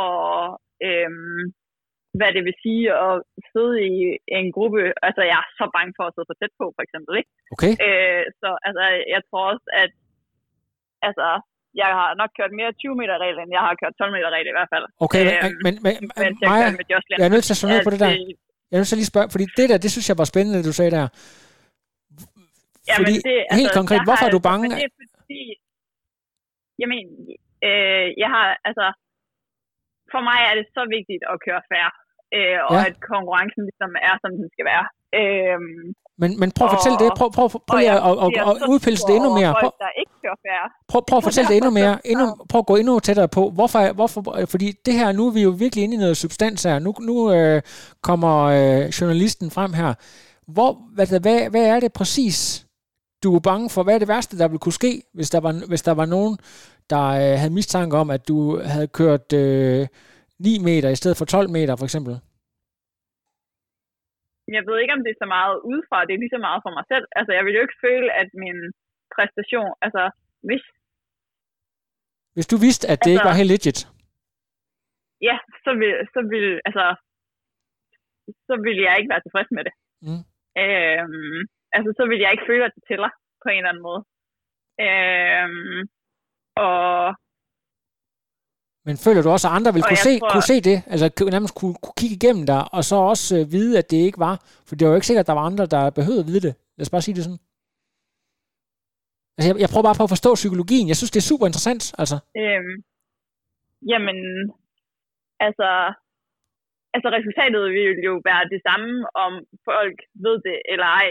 hvad det vil sige at sidde i en gruppe. Altså, jeg er så bange for at sidde for tæt på, for eksempel, ikke? Okay. Så altså, jeg tror også, at altså, jeg har nok kørt mere 20 meter regel, end jeg har kørt 12 meter regel i hvert fald. Okay, men Maja, jeg er nødt til at slå ned på det der. Jeg er nødt til at lige spørge, fordi det der, det synes jeg var spændende, du sagde der. Fordi, helt konkret, hvorfor er du bange? Det er fordi, jeg har, altså, for mig er det så vigtigt at køre fair, og at konkurrencen ligesom er, som den skal være. Men prøv at fortælle det, prøv lige at udpilse det endnu mere. Folk, der ikke kører fair. Prøv at fortælle det endnu mere, prøv at gå endnu tættere på. Hvorfor, fordi det her, nu er vi jo virkelig inde i noget substans her. Nu kommer journalisten frem her. Hvad er det præcis, du er bange for? Hvad er det værste, der ville kunne ske, hvis der var nogen, der havde mistanke om, at du havde kørt 9 meter i stedet for 12 meter, for eksempel? Jeg ved ikke, om det er så meget udefra. Det er lige så meget for mig selv. Altså, jeg vil jo ikke føle, at min præstation... Altså, hvis du vidste, at det ikke var helt legit? Ja, så vil jeg ikke være tilfreds med det. Altså, så vil jeg ikke føle, at det tæller på en eller anden måde. Og Men føler du også, at andre vil kunne se det? Altså nærmest kunne kigge igennem dig, og så også vide, at det ikke var? For det var jo ikke sikkert, at der var andre, der behøvede at vide det. Lad os bare sige det sådan. Altså, jeg prøver bare på at forstå psykologien. Jeg synes, det er super interessant, altså. Jamen, altså resultatet vil jo være det samme, om folk ved det eller ej.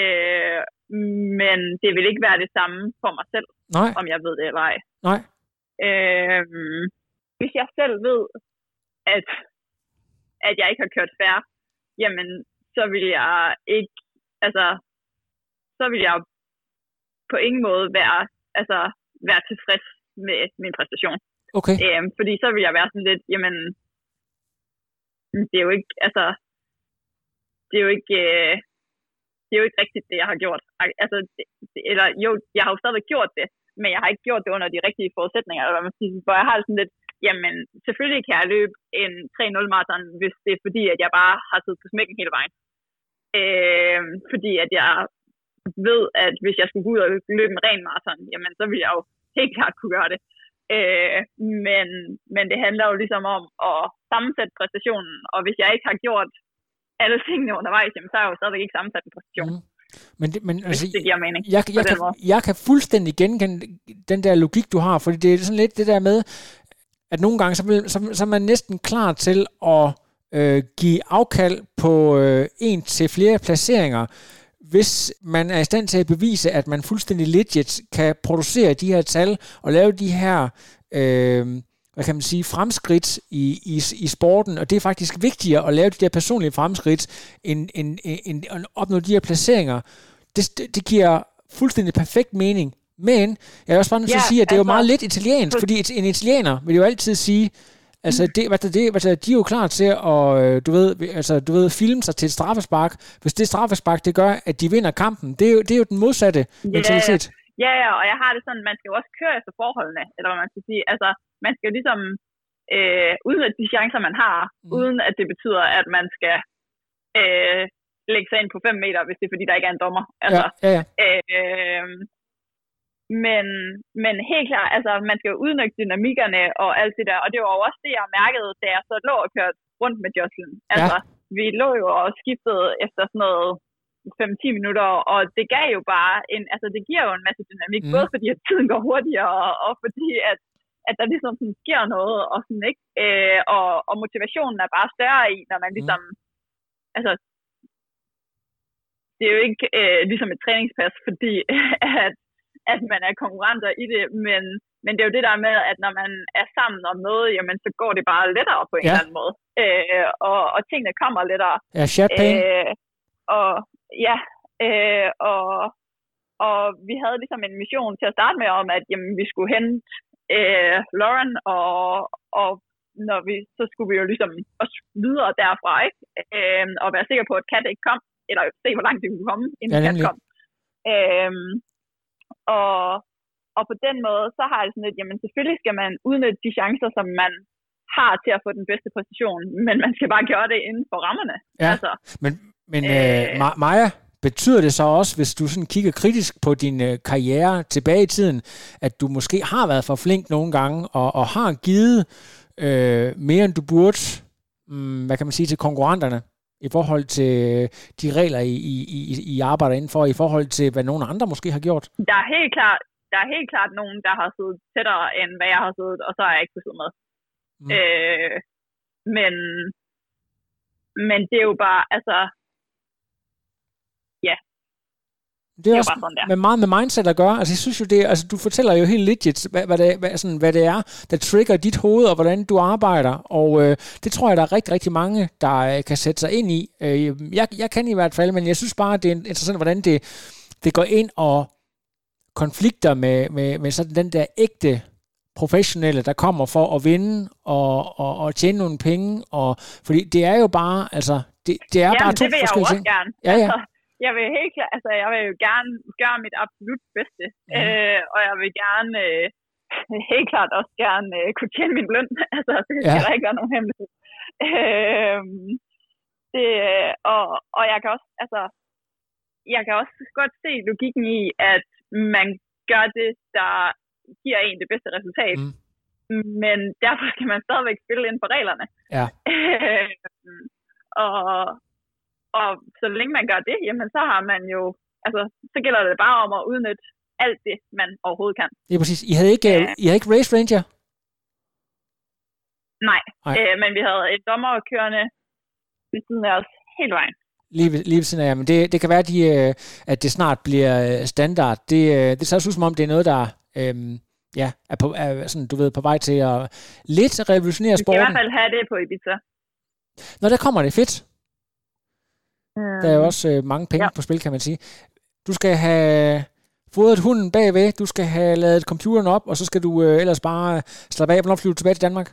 Men det vil ikke være det samme for mig selv, Nej. Om jeg ved det eller ej. Nej. Hvis jeg selv ved, at jeg ikke har kørt fair, jamen, så vil jeg ikke, så vil jeg på ingen måde være tilfreds med min præstation. Okay. Fordi så vil jeg være sådan lidt, jamen, det er jo ikke, det er jo ikke rigtigt, det jeg har gjort. Eller jo, jeg har jo stadig gjort det, men jeg har ikke gjort det under de rigtige forudsætninger, eller hvad man siger, hvor jeg har sådan lidt, jamen, selvfølgelig kan jeg løbe en 3-0 maraton, hvis det er fordi, at jeg bare har siddet på smækken hele vejen. Fordi at jeg ved, at hvis jeg skulle gå ud og løbe en ren maraton, jamen, så ville jeg jo helt klart kunne gøre det. Men det handler jo ligesom om at sammensætte præstationen, og hvis jeg ikke har gjort alle tingene undervejs, jamen, så har jeg jo stadig ikke sammensat en præstation. Men altså, det giver mening. Jeg kan fuldstændig genkende den der logik, du har, fordi det er sådan lidt det der med, at nogle gange, så er man næsten klar til at give afkald på en til flere placeringer, hvis man er i stand til at bevise, at man fuldstændig legit kan producere de her tal og lave de her hvad kan man sige, fremskridt i sporten, og det er faktisk vigtigere at lave de der personlige fremskridt, end at opnå de her placeringer. Det giver fuldstændig perfekt mening. Men jeg er også bare nødt til at sige, at det er jo meget lidt italiensk, fordi en italiener vil jo altid sige, altså de er jo klar til at, du ved, filme sig til et straffespark, hvis det straffespark, det gør, at de vinder kampen. Det er jo den modsatte mentalitet. Ja, og jeg har det sådan, man skal jo også køre efter forholdene, eller hvad man skal sige. Altså, man skal jo ligesom udnytte de chancer, man har, uden at det betyder, at man skal lægge sig ind på 5 meter, hvis det er fordi, der ikke er en dommer. Altså, ja. Men helt klart, altså, man skal jo udnytte dynamikkerne og alt det der, og det var jo også det, jeg mærkede, da jeg så lå og kørte rundt med Jocelyn. Altså, vi lå jo og skiftede efter sådan noget 5-10 minutter, og det gav jo bare det giver jo en masse dynamik, både fordi at tiden går hurtigere, og fordi at der ligesom sådan sker noget, og sådan, ikke? Og motivationen er bare større i, når man ligesom, altså, det er jo ikke ligesom et træningspas, fordi at man er konkurrenter i det, men det er jo det der med, at når man er sammen om noget, jamen, så går det bare lettere på en eller anden måde. Og tingene kommer lettere. Ja, champagne. Og vi havde ligesom en mission til at starte med om, at jamen, vi skulle hente Lauren, og når så skulle vi jo ligesom også videre derfra, ikke? Og være sikker på, at Kat ikke kom, eller se, hvor langt det kunne komme, inden Kat kom. Og på den måde, så har jeg sådan lidt, jamen selvfølgelig skal man udnytte de chancer, som man har til at få den bedste position, men man skal bare gøre det inden for rammerne. Ja, altså. Men Maja, betyder det så også, hvis du sådan kigger kritisk på din karriere tilbage i tiden, at du måske har været for flink nogle gange, og har givet mere end du burde, hvad kan man sige, til konkurrenterne, i forhold til de regler, I arbejder indenfor, i forhold til, hvad nogle andre måske har gjort? Der er helt klart nogen, der har siddet tættere, end hvad jeg har siddet, og så har jeg ikke kunnet sidde med. Men det er jo bare, altså, ja. Det er også bare sådan, med meget med mindset at gøre. Altså, jeg synes jo, du fortæller jo helt legit, hvad det er, der trigger dit hoved, og hvordan du arbejder. Og det tror jeg, der er rigtig, rigtig mange, der kan sætte sig ind i. Jeg kan i hvert fald, men jeg synes bare, det er interessant, hvordan det går ind og konflikter med sådan den der ægte professionelle, der kommer for at vinde og tjene nogle penge. Fordi det er jo bare, altså, det er bare to forskellige ting. Gerne. Ja. Jeg vil helt klart, altså jeg vil jo gerne gøre mit absolut bedste, og jeg vil gerne helt klart også gerne kunne tjene min løn. Altså det skal der ikke være nogen hemmelighed. Og jeg kan også, altså jeg kan også godt se logikken i, at man gør det, der giver en det bedste resultat. Men derfor skal man stadigvæk spille inden for reglerne. Ja. og så længe man gør det, jamen så har man jo, altså så gælder det bare om at udnytte alt det, man overhovedet kan. Det er præcis. I havde ikke Race Ranger? Nej. Men vi havde et dommer kørende ved siden af os hele vejen. Lige ved siden af, men det kan være, at det snart bliver standard. Det ser ud som om, det er noget, der er sådan, du ved, på vej til at lidt revolutionere sporten. Vi skal i hvert fald have det på Ibiza. Når der kommer det fedt. Der er jo også mange penge på spil, kan man sige. Du skal have fodret hunden bagved, du skal have lavet computeren op, og så skal du ellers bare slappe af. Hvornår flyver du tilbage til Danmark?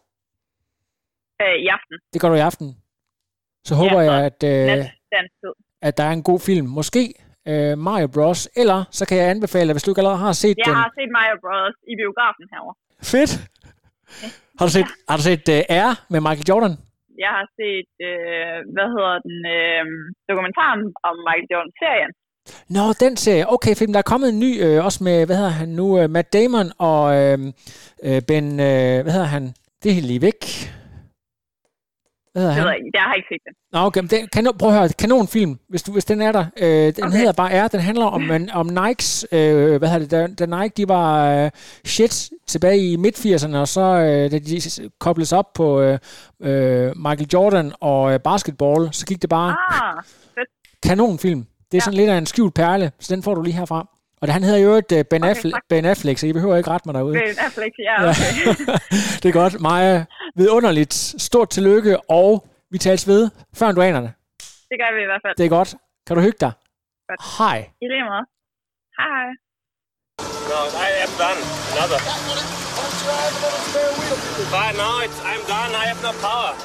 I aften. Det gør du i aften. Så håber jeg, at der er en god film. Måske Mario Bros. Eller så kan jeg anbefale dig, hvis du ikke allerede har set den. Jeg har set Mario Bros. I biografen herovre. Fedt! Ja. Har du set Air med Michael Jordan? Jeg har set, dokumentaren om Michael Jordan-serien. Nå, den serie. Okay, film. Der er kommet en ny, også med, hvad hedder han nu, Matt Damon og Ben, hvad hedder han? Det er helt lige væk. Hvad hedder han? Jeg har ikke set den. Nå, okay, prøv at høre, kanonfilm, hvis den er der. Den hedder bare R. Den handler om Nikes, hvad hedder det, da Nike, de var shit tilbage i midt-80'erne, og så da de kobles op på Michael Jordan og basketball, så gik det bare kanonfilm. Det er sådan lidt af en skjult perle, så den får du lige herfra. Og han hedder jo et Ben Affleck, så I behøver ikke rette mig derude. Ben Affleck, ja, okay. Det er godt. Maja, vidunderligt. Stort tillykke, og vi tales ved, før du aner det. Det gør vi i hvert fald. Det er godt. Kan du hygge dig? Godt. Hej. I lige måde. Hej. No, I am done. Another. Fine, now I'm done. I have no power.